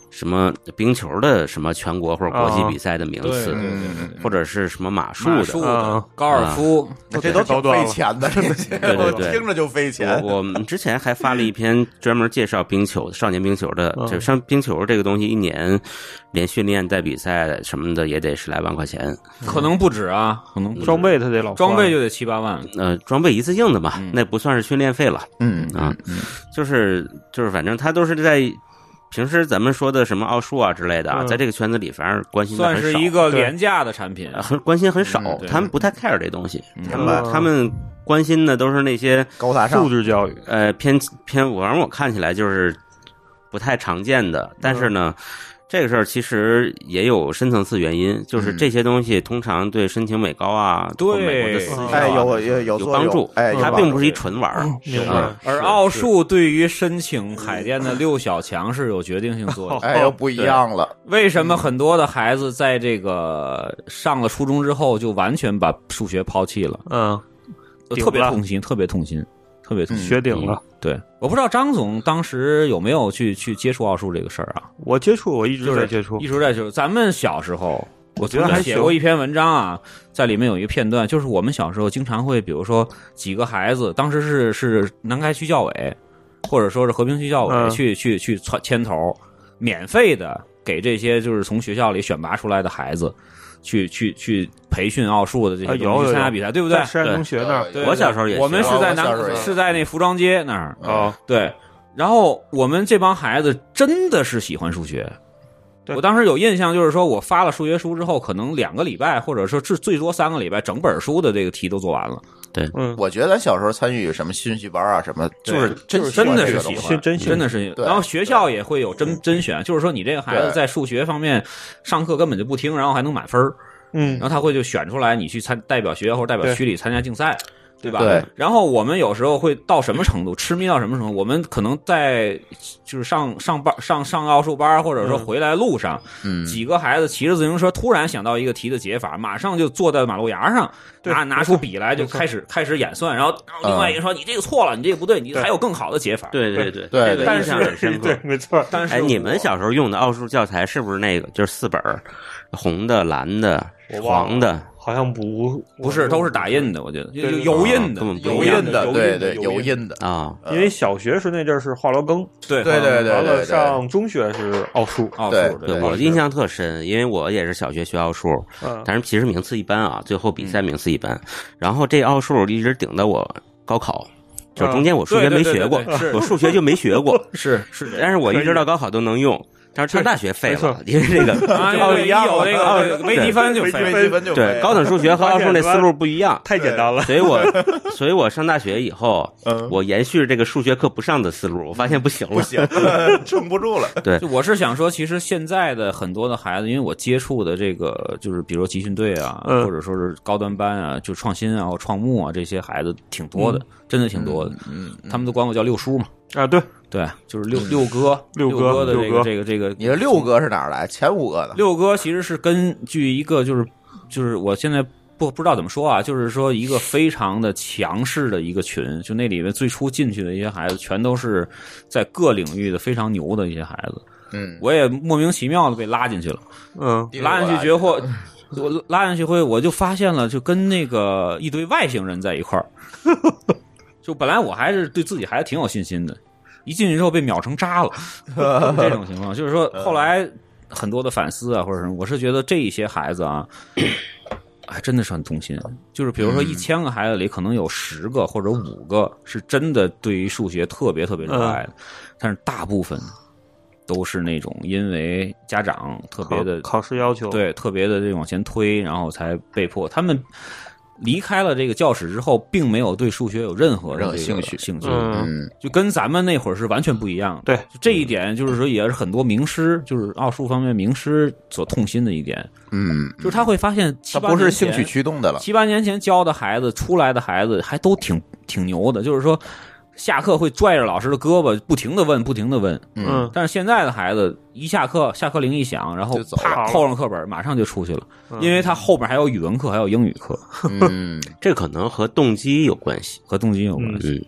什么冰球的什么全国或者国际比赛的名次，或者是什么马术的、 高尔夫， 这都挺费钱的，这些对， 听着就费钱。 我们之前还发了一篇专门介绍冰球、少年冰球的，就像冰球这个东西，一年连训练带比赛什么的也得10来万块钱， 可能不止啊，可能装备他得老装备就得7、8万。 装备一次性的嘛，那不算是训练费了。就是反正他都是在。平时咱们说的什么奥数啊之类的，在这个圈子里，反正关心的很少， 算是一个廉价的产品， 关心很少。他们不太 care 这东西，他们关心的都是那些高大上素质教育， 偏，反正我看起来就是不太常见的。但是呢，这个事儿其实也有深层次原因，就是这些东西通常对申请美高啊， 对美国的私校有帮助。它并不是一纯玩儿， 而奥数对于申请海淀的6小强是有决定性作用。 又不一样了。 为什么很多的孩子在这个上了初中之后就完全把数学抛弃了？特别痛心，特别痛心。 学顶了。 对，我不知道张总当时有没有去接触奥数这个事儿啊？ 我接触，我一直在接触， 一直在接触。咱们小时候，我觉得还写过一篇文章啊，在里面有一个片段，就是我们小时候经常会，比如说几个孩子，当时是南开区教委，或者说是和平区教委去牵头，免费的给这些就是从学校里选拔出来的孩子。去培训奥数的这些有参加比赛，对不对？ 山东学那儿， 我小时候也， 我们是在那服装街那儿对。然后我们这帮孩子真的是喜欢数学。我当时有印象，就是说我发了数学书之后，可能2个礼拜，或者说是最多3个礼拜，整本书的这个题都做完了。 对， 我觉得咱小时候参与什么兴趣班啊，什么就是真的是喜欢，真的是。然后学校也会有甄选，就是说你这个孩子在数学方面上课根本就不听，然后还能满分，然后他会就选出来你去代表学校或者代表区里参加竞赛。对吧？ 对。 然后我们有时候会到什么程度，痴迷到什么程度？我们可能在就是上奥数班，或者说回来路上，几个孩子骑着自行车，突然想到一个题的解法，马上就坐在马路牙上，拿出笔来就开始演算，然后另外一个说你这个错了，你这个不对，你还有更好的解法。 对， 但是很深刻， 对，没错。 但是你们小时候用的奥数教材是不是那个就是4本，红的、蓝的、黄的？ 好像不是，都是打印的，我觉得油印的， 对，油印的啊。 因为小学时那阵是华罗庚， 对， 完了上中学是奥数， 对，我印象特深，因为我也是小学学奥数，但是其实名次一般啊，最后比赛名次一般。然后这奥数一直顶到我高考，就是中间我数学没学过，我数学就没学过， 是， 但是我一直到高考都能用。但是上大学废了，因为这个有那个微积分就废了， 对，高等数学和奥数那思路不一样， 太简单了。 所以我上大学以后，我延续这个数学课不上的思路，我发现不行， 撑不住了。 对， 我是想说，其实现在的很多的孩子，因为我接触的这个就是比如集训队啊，或者说是高端班啊，就创新啊、创木啊这些孩子挺多的，真的挺多的。他们都管我叫六叔嘛。 啊，对， 就是六哥的这个， 你的6哥是哪儿来？前5个的 6哥其实是根据一个就是我现在不知道怎么说啊，就是说一个非常的强势的一个群，就那里面最初进去的一些孩子，全都是在各领域的非常牛的一些孩子。我也莫名其妙的被拉进去了。拉进去绝货，我拉进去我就发现了，就跟那个一堆外星人在一块儿。就本来我还是对自己还是挺有信心的，一进去之后被秒成渣了，这种情况就是说，后来很多的反思啊，或者什么，我是觉得这一些孩子啊，真的是很痛心。就是比如说1000个孩子里，可能有10个或者5个是真的对于数学特别特别热爱的，但是大部分都是那种因为家长特别的考试要求， 对，特别的这往前推，然后才被迫他们。离开了这个教室之后，并没有对数学有任何的兴趣，就跟咱们那会儿是完全不一样的。 对， 这一点就是说，也是很多名师，就是奥数方面名师所痛心的一点。就是他会发现他不是兴趣驱动的了。 7、8年前教的孩子，出来的孩子还都挺牛的，就是说。下课会拽着老师的胳膊，不停的问。但是现在的孩子一下课铃一响，然后啪扣上课本，马上就出去了，因为他后边还有语文课，还有英语课。 这可能和动机有关系，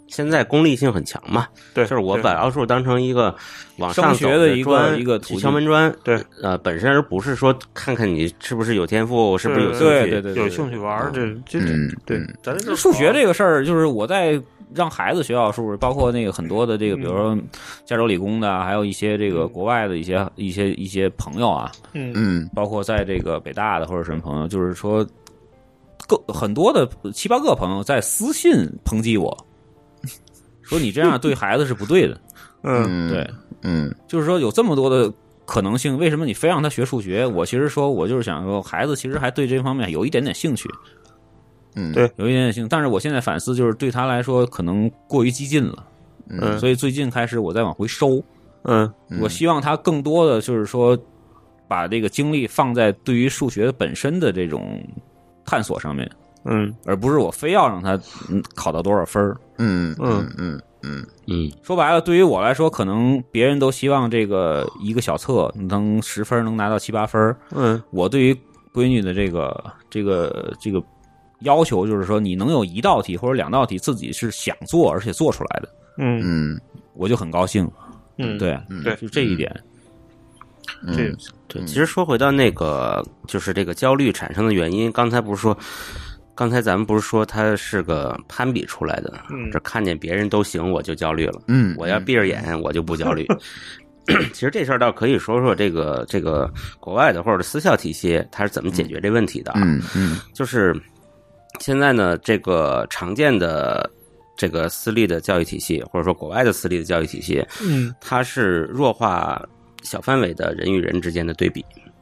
现在功利性很强嘛， 对， 就是我把奥数当成一个往上走的一个敲门砖， 对， 本身而不是说看看你是不是有天赋，是不是有兴趣， 对， 有兴趣玩这对，咱这数学这个事儿，就是我在让孩子学奥数，包括那个很多的这个，比如说加州理工的，还有一些这个国外的一些朋友啊，包括在这个北大的或者什么朋友，就是说很多的7、8个朋友在私信抨击我，说你这样对孩子是不对的。对，就是说有这么多的可能性，为什么你非让他学数学？我其实说，我就是想说，孩子其实还对这方面有一点点兴趣。 对， 有一点点兴趣，但是我现在反思，就是对他来说可能过于激进了。所以最近开始我在往回收。我希望他更多的就是说，把这个精力放在对于数学本身的这种探索上面。而不是我非要让他考到多少分。说白了，对于我来说，可能别人都希望这个一个小测能10分，能拿到7、8分。我对于闺女的这个要求就是说，你能有1道题或者2道题自己是想做而且做出来的，我就很高兴。对，就这一点。 对，其实说回到那个，就是这个焦虑产生的原因，刚才咱们不是说它是个攀比出来的，这看见别人都行我就焦虑了，我要闭着眼我就不焦虑。其实这事儿倒可以说说这个国外的或者私校体系它是怎么解决这问题的啊？就是现在呢，这个常见的这个私立的教育体系，或者说国外的私立的教育体系，它是弱化小范围的人与人之间的对比，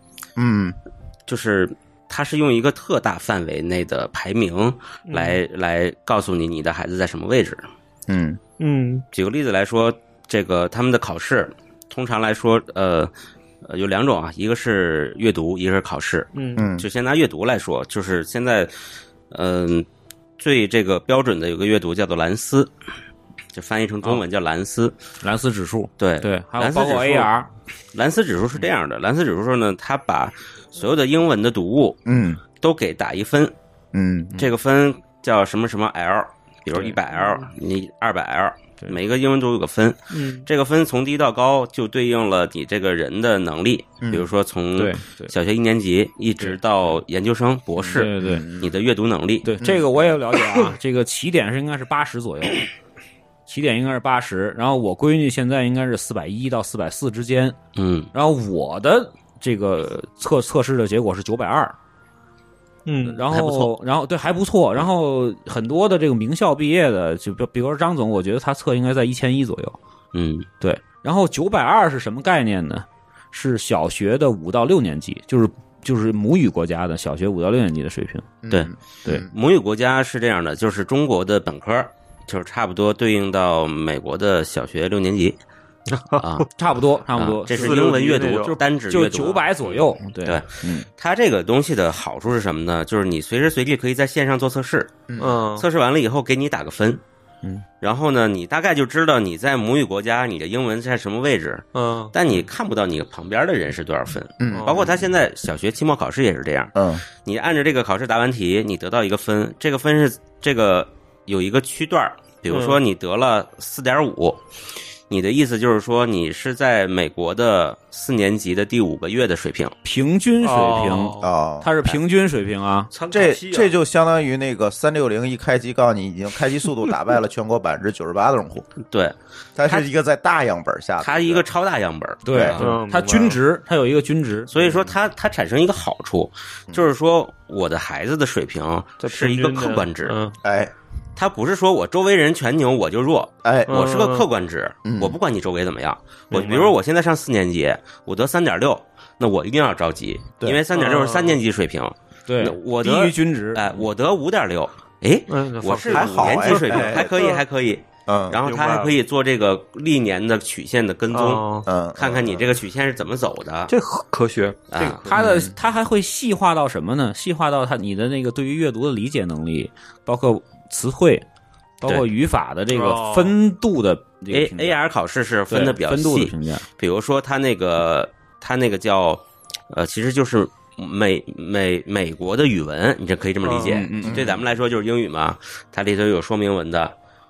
就是它是用一个特大范围内的排名来告诉你的孩子在什么位置。举个例子来说，这个他们的考试通常来说有2种啊，一个是阅读，一个是考试。就先拿阅读来说，就是现在最这个标准的有个阅读叫做蓝思，就翻译成中文叫蓝思， 蓝思指数。 对， 还有包括 AR。 蓝思指数是这样的，蓝思指数说呢，它把所有的英文的读物都给打1分。这个分叫什么什么 L， 比如100L， 你200L，每一个英文都有个分。这个分从低到高就对应了你这个人的能力，比如说从小学1年级一直到研究生博士， 对， 你的阅读能力。 对，这个我也了解啊。这个起点应该是80左右，起点应该是80，然后我闺女现在应该是410到440之间。然后我的这个测试的结果是920。然后对还不错，然后很多的这个名校毕业的，就比如说张总，我觉得他测应该在1100左右。对。然后920是什么概念呢？是小学的5到6年级，就是母语国家的小学5到6年级的水平。对， 母语国家是这样的，就是中国的本科，就是差不多对应到美国的小学6年级。 差不多， 这是英文阅读，就是单指阅读， 就900左右。对， 它这个东西的好处是什么呢？就是你随时随地可以在线上做测试，测试完了以后给你打个分，然后呢，你大概就知道你在母语国家你的英文在什么位置，但你看不到你旁边的人是多少分，包括他现在小学期末考试也是这样，你按照这个考试答完题，你得到一个分，这个分是这个有一个区段，比如说你得了4.5。你的意思就是说，你是在美国的4年级的第5个月的水平， 平均水平它是平均水平啊。 这就相当于那个360一开机告诉你已经开机速度打败了全国98%的用户。 对， 它是一个在大样本下的， 它一个超大样本。 对，它均值，它有一个均值， 所以说它产生一个好处，就是说我的孩子的水平是一个客观值。他不是说我周围人全牛我就弱，我是个客观值，我不管你周围怎么样。我比如说我现在上4年级，我得3.6，那我一定要着急，因为3.6是3年级水平。 对， 我低于均值。 我得5.6，我是5年级水平，还可以。然后他还可以做这个历年的曲线的跟踪，看看你这个曲线是怎么走的。 这科学啊， 他还会细化到什么呢？细化到你的那个对于阅读的理解能力，包括词汇，包括语法的这个分度的这个 AR 考试是分的比较细，比如说他那个叫其实就是美国的语文，你这可以这么理解。对咱们来说就是英语嘛，它里头有说明文的，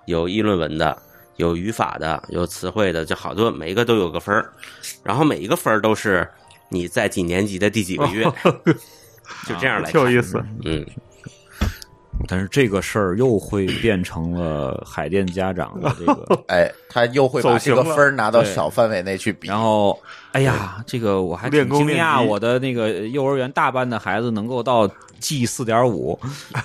有议论文的，有语法的，有词汇的，就好多，每一个都有个分儿，然后每一个分儿都是你在几年级的第几个月，就这样来看， 挺有意思。 但是这个事儿又会变成了海淀家长的这个， 他又会把这个分拿到小范围内去比。 然后，哎呀，这个我还挺惊讶，我的那个幼儿园大班的孩子能够到 G4.5，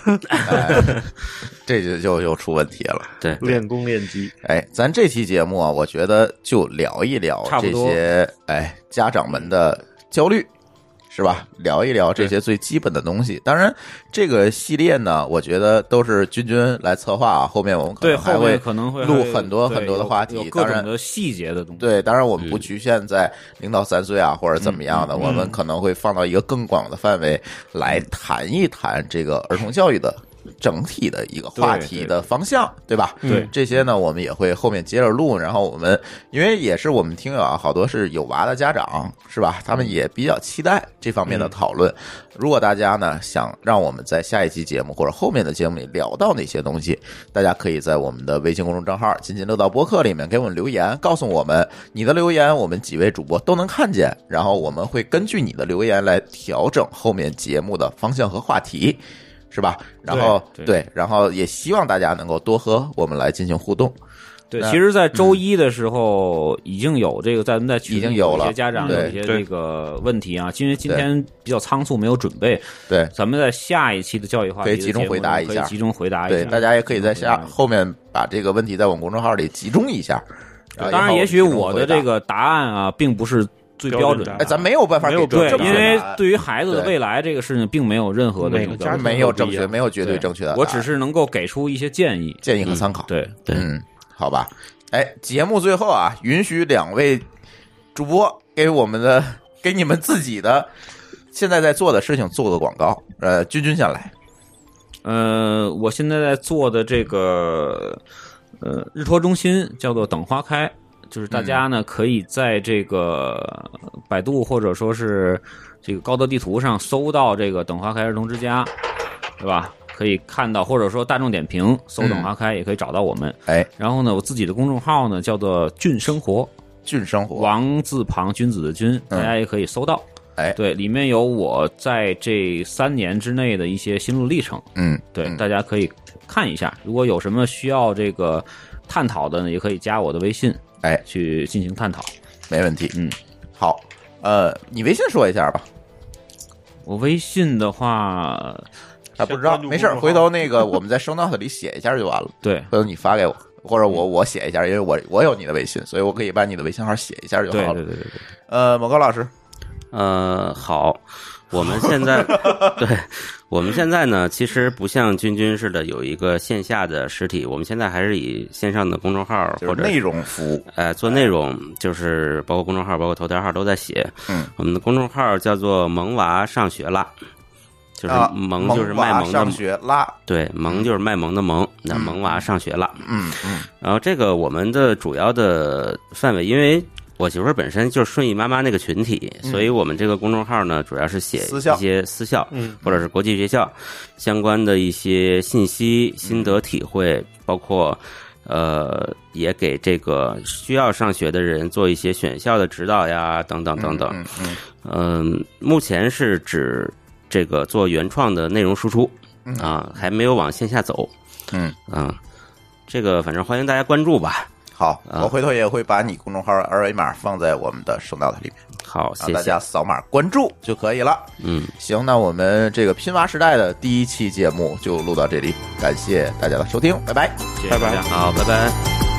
这就出问题了。 对， 练功练机。 咱这期节目啊，我觉得就聊一聊这些家长们的焦虑。是吧？聊一聊这些最基本的东西。当然，这个系列呢，我觉得都是君来策划啊。后面我们可能会录很多很多的话题， 有各种的细节的东西。 对，当然我们不局限在0到3岁啊，或者怎么样的，我们可能会放到一个更广的范围来谈一谈这个儿童教育的整体的一个话题的方向， 对吧？ 对， 这些呢我们也会后面接着录。然后我们因为也是我们听友啊，好多是有娃的家长，是吧？他们也比较期待这方面的讨论。如果大家呢想让我们在下一期节目或者后面的节目里聊到哪些东西，大家可以在我们的微信公众账号津津乐道播客里面给我们留言，告诉我们你的留言，我们几位主播都能看见，然后我们会根据你的留言来调整后面节目的方向和话题，是吧？然后对，然后也希望大家能够多和我们来进行互动。 对，其实在周一的时候已经有这个在群里有一些家长有一些这个问题啊，因为今天比较仓促没有准备， 对， 咱们在下一期的教育话题可以集中回答一下，对，大家也可以在后面把这个问题在我们公众号里集中一下。 当然，也许我的这个答案啊，并不是最标准的， 咱没有办法给对，因为对于孩子的未来这个事情，并没有任何的没有正确，没有绝对正确的， 我只是能够给出一些建议和参考。 对， 好吧。节目最后啊，允许2位主播给你们自己的现在在做的事情做个广告。君先来。 我现在在做的这个日托中心叫做等花开。就是大家呢可以在这个百度或者说是这个高德地图上搜到这个等花开儿童之家，对吧？可以看到，或者说大众点评搜等花开也可以找到我们。然后呢，我自己的公众号呢叫做俊生活，王字旁君子的君，大家也可以搜到。对，里面有我在这3年之内的一些心路历程。对，大家可以看一下。如果有什么需要这个探讨的呢，也可以加我的微信。去进行探讨， 没问题。好，你微信说一下吧。 我微信的话， 还不知道，没事，回头那个我们在show note里写一下就完了。 对， 回头你发给我，或者我写一下，因为我有你的微信，所以我可以把你的微信号写一下就好了。 对。 某高老师， 好。我们现在我们现在呢，其实不像君似的有一个线下的实体，我们现在还是以线上的公众号或者内容服务， 做内容，就是包括公众号，包括头条号都在写。我们的公众号叫做萌娃上学啦，就是萌就是卖萌的上学啦， 对，萌就是卖萌的萌，那萌娃上学啦。然后这个我们的主要的范围，因为我媳妇儿本身就是顺义妈妈那个群体，所以我们这个公众号呢，主要是写一些私校，或者是国际学校相关的一些信息、心得体会，包括也给这个需要上学的人做一些选校的指导呀，等等等等。目前是指这个做原创的内容输出啊，还没有往线下走。这个反正欢迎大家关注吧。 好，我回头也会把你公众号的二维码放在我们的show note里面。 好，谢谢， 大家扫码关注就可以了。行，那我们这个拼娃时代的第1期节目就录到这里，感谢大家的收听，拜拜， 谢谢大家， 好，拜拜。